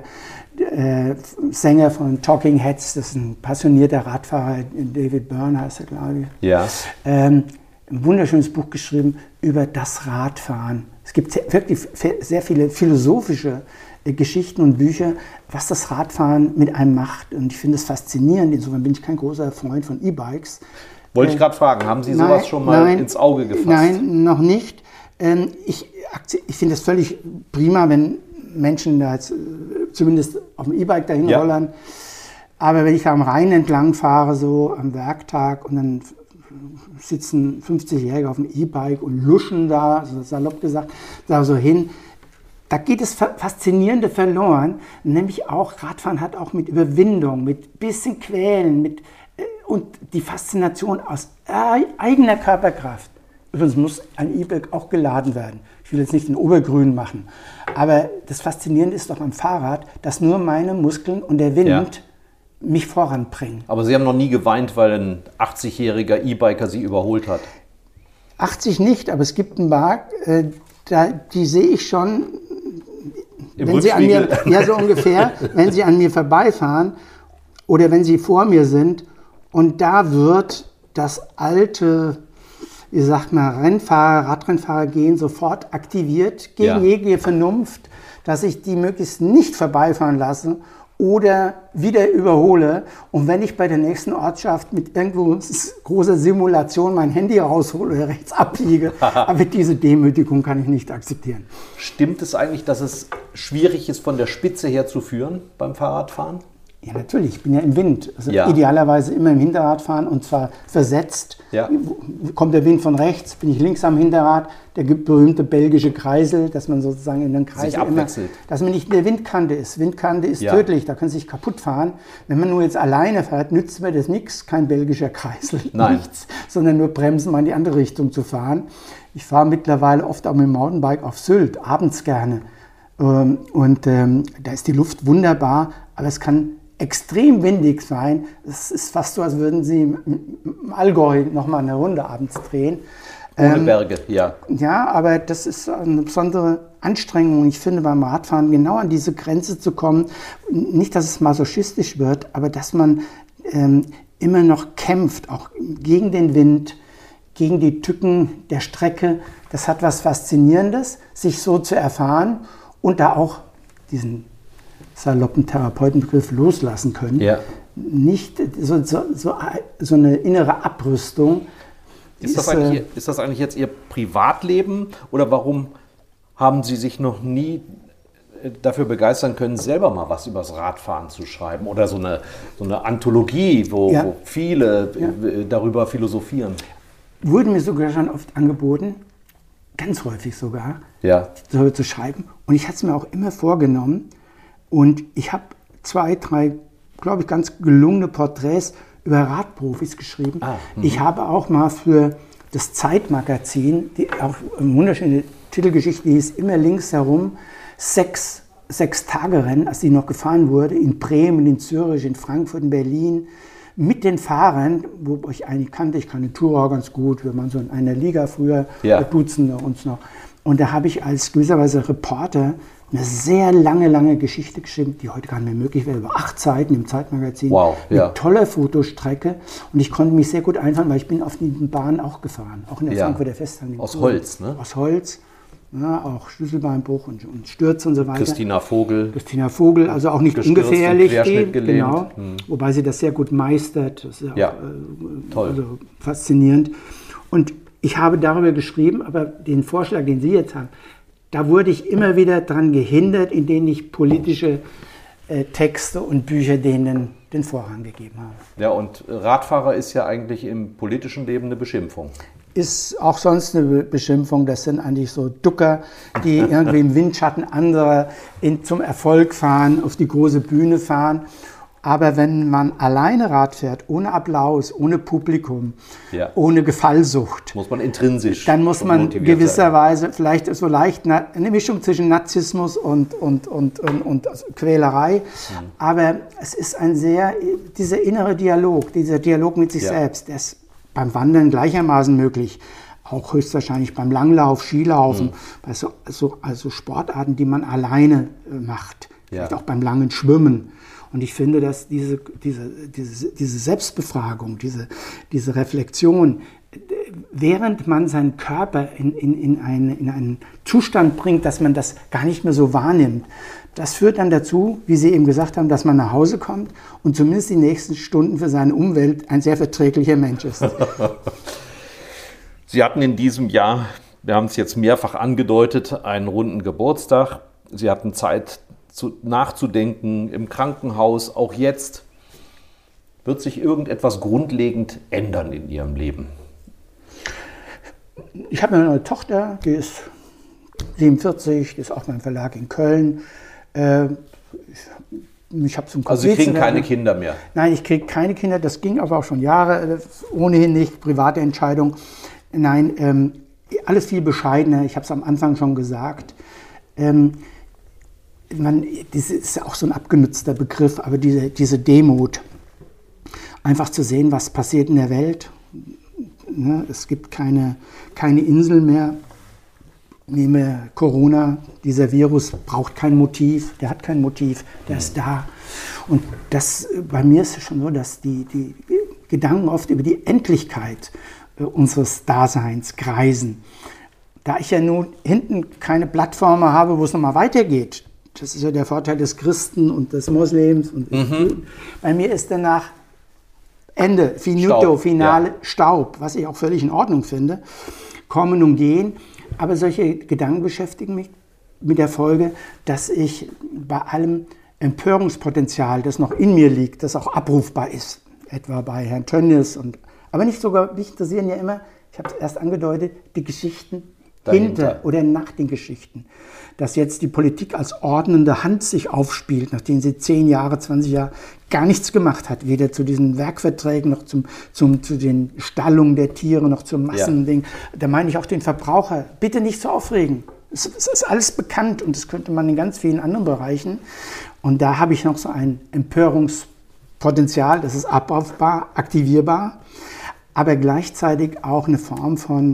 Sänger von Talking Heads, das ist ein passionierter Radfahrer, David Byrne heißt er, glaube ich. Ja. Ein wunderschönes Buch geschrieben über das Radfahren. Es gibt wirklich sehr viele philosophische Geschichten und Bücher, was das Radfahren mit einem macht. Und ich finde es faszinierend. Insofern bin ich kein großer Freund von E-Bikes. Wollte ich gerade fragen, haben Sie sowas schon mal ins Auge gefasst? Nein, noch nicht. Ich finde es völlig prima, wenn Menschen da jetzt zumindest auf dem E-Bike dahin rollern. Aber wenn ich am Rhein entlang fahre, so am Werktag, und dann sitzen 50-Jährige auf dem E-Bike und luschen da, also salopp gesagt, da so hin, da geht das Faszinierende verloren. Nämlich auch, Radfahren hat auch mit Überwindung, mit bisschen Quälen, und die Faszination aus eigener Körperkraft. Übrigens muss ein E-Bike auch geladen werden. Ich will jetzt nicht den Obergrün machen. Aber das Faszinierende ist doch am Fahrrad, dass nur meine Muskeln und der Wind mich voranbringen. Aber Sie haben noch nie geweint, weil ein 80-jähriger E-Biker Sie überholt hat? 80 nicht, aber es gibt einen Markt, die sehe ich schon, wenn Sie an mir, so ungefähr, wenn Sie an mir vorbeifahren oder wenn Sie vor mir sind, und da wird das alte, wie sagt man, Radrennfahrer gehen sofort aktiviert gegen jegliche Vernunft, dass ich die möglichst nicht vorbeifahren lasse oder wieder überhole. Und wenn ich bei der nächsten Ortschaft mit irgendwo großer Simulation mein Handy raushole oder rechts abbiege, aber diese Demütigung kann ich nicht akzeptieren. Stimmt es eigentlich, dass es schwierig ist, von der Spitze her zu führen beim Fahrradfahren? Ja, natürlich. Ich bin ja im Wind. Also idealerweise immer im Hinterrad fahren, und zwar versetzt. Ja. Kommt der Wind von rechts, bin ich links am Hinterrad. Der berühmte belgische Kreisel, dass man sozusagen in den Kreisel immer, dass man nicht in der Windkante ist. Windkante ist tödlich, da können Sie sich kaputt fahren. Wenn man nur jetzt alleine fährt, nützt mir das nichts, kein belgischer Kreisel, nichts, sondern nur bremsen, mal in die andere Richtung zu fahren. Ich fahre mittlerweile oft auch mit dem Mountainbike auf Sylt, abends gerne. Da ist die Luft wunderbar, aber es kann extrem windig sein. Es ist fast so, als würden Sie im Allgäu nochmal eine Runde abends drehen. Ohne Berge, ja. Ja, aber das ist eine besondere Anstrengung. Und ich finde, beim Radfahren genau an diese Grenze zu kommen, nicht, dass es masochistisch wird, aber dass man immer noch kämpft, auch gegen den Wind, gegen die Tücken der Strecke. Das hat was Faszinierendes, sich so zu erfahren und da auch diesen saloppen Therapeutenbegriff loslassen können. Ja. Nicht so eine innere Abrüstung. Ist das eigentlich jetzt Ihr Privatleben oder warum haben Sie sich noch nie dafür begeistern können, selber mal was über das Radfahren zu schreiben oder so eine Anthologie, wo viele darüber philosophieren? Wurde mir sogar schon oft angeboten, ganz häufig sogar, darüber zu schreiben. Und ich hatte es mir auch immer vorgenommen und ich habe 2, 3, glaube ich, ganz gelungene Porträts über Radprofis geschrieben. Ich habe auch mal für das Zeitmagazin, die auch eine wunderschöne Titelgeschichte, die hieß immer links herum, 6 Tage-Rennen, als die noch gefahren wurde, in Bremen, in Zürich, in Frankfurt, in Berlin, mit den Fahrern, wo ich eigentlich kannte, ich kannte Tourer ganz gut, wir waren so in einer Liga früher, duzen uns noch. Und da habe ich als gewisserweise Reporter eine sehr lange Geschichte geschrieben, die heute gar nicht mehr möglich wäre, über 8 Seiten im Zeitmagazin. Wow, eine tolle Fotostrecke und ich konnte mich sehr gut einfahren, weil ich bin auf den Bahnen auch gefahren, auch in der Frankfurter Festhalle. Aus Holz, ne? Aus Holz, auch Schlüsselbeinbruch und Stürze und so weiter. Christina Vogel, also auch nicht ungefährlich. Genau, wobei sie das sehr gut meistert. Das ist toll. Also faszinierend. Und ich habe darüber geschrieben, aber den Vorschlag, den Sie jetzt haben, da wurde ich immer wieder daran gehindert, indem ich politische Texte und Bücher denen den Vorrang gegeben habe. Ja, und Radfahrer ist ja eigentlich im politischen Leben eine Beschimpfung. Ist auch sonst eine Beschimpfung. Das sind eigentlich so Ducker, die irgendwie im Windschatten anderer zum Erfolg fahren, auf die große Bühne fahren. Aber wenn man alleine Rad fährt, ohne Applaus, ohne Publikum, ohne Gefallsucht, muss man intrinsisch. Dann muss man gewisserweise vielleicht so leicht eine Mischung zwischen Narzissmus und Quälerei. Aber es ist dieser innere Dialog, dieser Dialog mit sich selbst, der ist beim Wandern gleichermaßen möglich. Auch höchstwahrscheinlich beim Langlauf, Skilaufen, bei also Sportarten, die man alleine macht. Vielleicht auch beim langen Schwimmen. Und ich finde, dass diese Selbstbefragung, diese Reflexion, während man seinen Körper in einen Zustand bringt, dass man das gar nicht mehr so wahrnimmt, das führt dann dazu, wie Sie eben gesagt haben, dass man nach Hause kommt und zumindest die nächsten Stunden für seine Umwelt ein sehr verträglicher Mensch ist. Sie hatten in diesem Jahr, wir haben es jetzt mehrfach angedeutet, einen runden Geburtstag. Sie hatten Zeit nachzudenken im Krankenhaus, auch jetzt. Wird sich irgendetwas grundlegend ändern in Ihrem Leben? Ich habe eine Tochter, die ist 47, die ist auch beim Verlag in Köln. Ich habe also Sie kriegen keine Kinder mehr? Nein, ich kriege keine Kinder, das ging aber auch schon Jahre, ohnehin nicht, private Entscheidung. Nein, alles viel bescheidener, ich habe es am Anfang schon gesagt. Das ist auch so ein abgenutzter Begriff, aber diese Demut, einfach zu sehen, was passiert in der Welt. Es gibt keine Insel mehr. Nehmen wir Corona, dieser Virus braucht kein Motiv, der hat kein Motiv, der ist da. Und bei mir ist es schon so, dass die Gedanken oft über die Endlichkeit unseres Daseins kreisen. Da ich ja nun hinten keine Plattform habe, wo es nochmal weitergeht, das ist ja der Vorteil des Christen und des Moslems. Und bei mir ist danach Ende, finito, Staub, Finale, Staub, was ich auch völlig in Ordnung finde. Kommen und gehen. Aber solche Gedanken beschäftigen mich mit der Folge, dass ich bei allem Empörungspotenzial, das noch in mir liegt, das auch abrufbar ist. Etwa bei Herrn Tönnies. Aber mich interessieren ja immer, ich habe es erst angedeutet, die Geschichten hinter oder nach den Geschichten. Dass jetzt die Politik als ordnende Hand sich aufspielt, nachdem sie 10 Jahre, 20 Jahre gar nichts gemacht hat, weder zu diesen Werkverträgen noch zu den Stallungen der Tiere, noch zum Massending. Da meine ich auch den Verbraucher, bitte nicht so aufregen. Es ist alles bekannt und das könnte man in ganz vielen anderen Bereichen. Und da habe ich noch so ein Empörungspotenzial, das ist abrufbar, aktivierbar, aber gleichzeitig auch eine Form von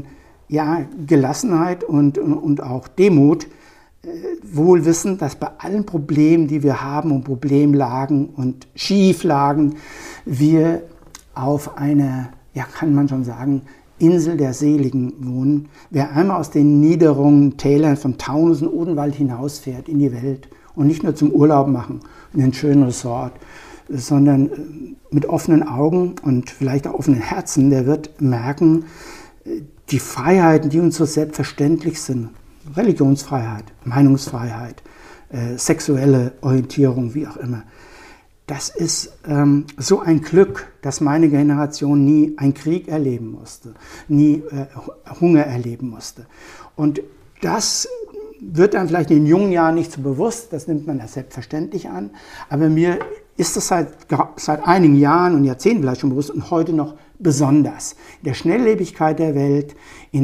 Gelassenheit und auch Demut, wohl wissend, dass bei allen Problemen, die wir haben und Problemlagen und Schieflagen, wir auf einer, kann man schon sagen, Insel der Seligen wohnen. Wer einmal aus den niederen Tälern von Taunus und Odenwald hinausfährt in die Welt und nicht nur zum Urlaub machen in einen schönen Resort, sondern mit offenen Augen und vielleicht auch offenen Herzen, der wird merken, die Freiheiten, die uns so selbstverständlich sind, Religionsfreiheit, Meinungsfreiheit, sexuelle Orientierung, wie auch immer, das ist so ein Glück, dass meine Generation nie einen Krieg erleben musste, nie Hunger erleben musste. Und das wird dann vielleicht in den jungen Jahren nicht so bewusst, das nimmt man als selbstverständlich an, aber mir ist das seit einigen Jahren und Jahrzehnten vielleicht schon bewusst und heute noch besonders. In der Schnelllebigkeit der Welt, in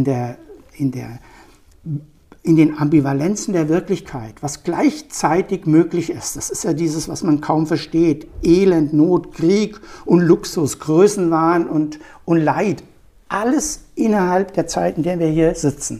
den Ambivalenzen der Wirklichkeit, was gleichzeitig möglich ist. Das ist ja dieses, was man kaum versteht. Elend, Not, Krieg und Luxus, Größenwahn und Leid. Alles innerhalb der Zeit, in der wir hier sitzen.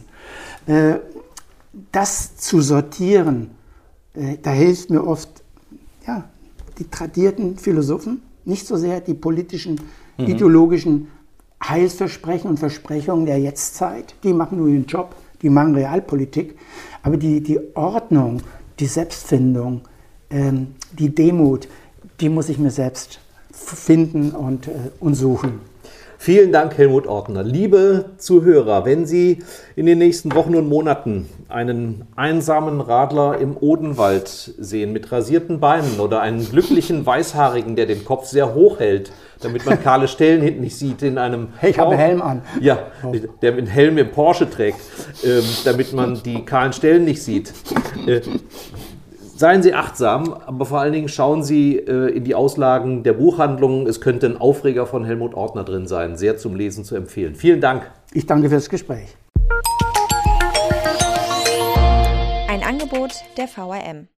Das zu sortieren, da hilft mir oft die tradierten Philosophen, nicht so sehr die politischen, ideologischen Heilsversprechen und Versprechungen der Jetztzeit. Die machen nur ihren Job, die machen Realpolitik. Aber die Ordnung, die Selbstfindung, die Demut, die muss ich mir selbst finden und suchen. Vielen Dank, Helmut Ortner. Liebe Zuhörer, wenn Sie in den nächsten Wochen und Monaten einen einsamen Radler im Odenwald sehen mit rasierten Beinen oder einen glücklichen Weißhaarigen, der den Kopf sehr hoch hält, damit man kahle Stellen hinten nicht sieht, in einem ich habe einen Helm an. Ja, der einen Helm im Porsche trägt, damit man die kahlen Stellen nicht sieht. Seien Sie achtsam, aber vor allen Dingen schauen Sie in die Auslagen der Buchhandlungen. Es könnte ein Aufreger von Helmut Ortner drin sein, sehr zum Lesen zu empfehlen. Vielen Dank. Ich danke fürs Gespräch. Ein Angebot der VRM.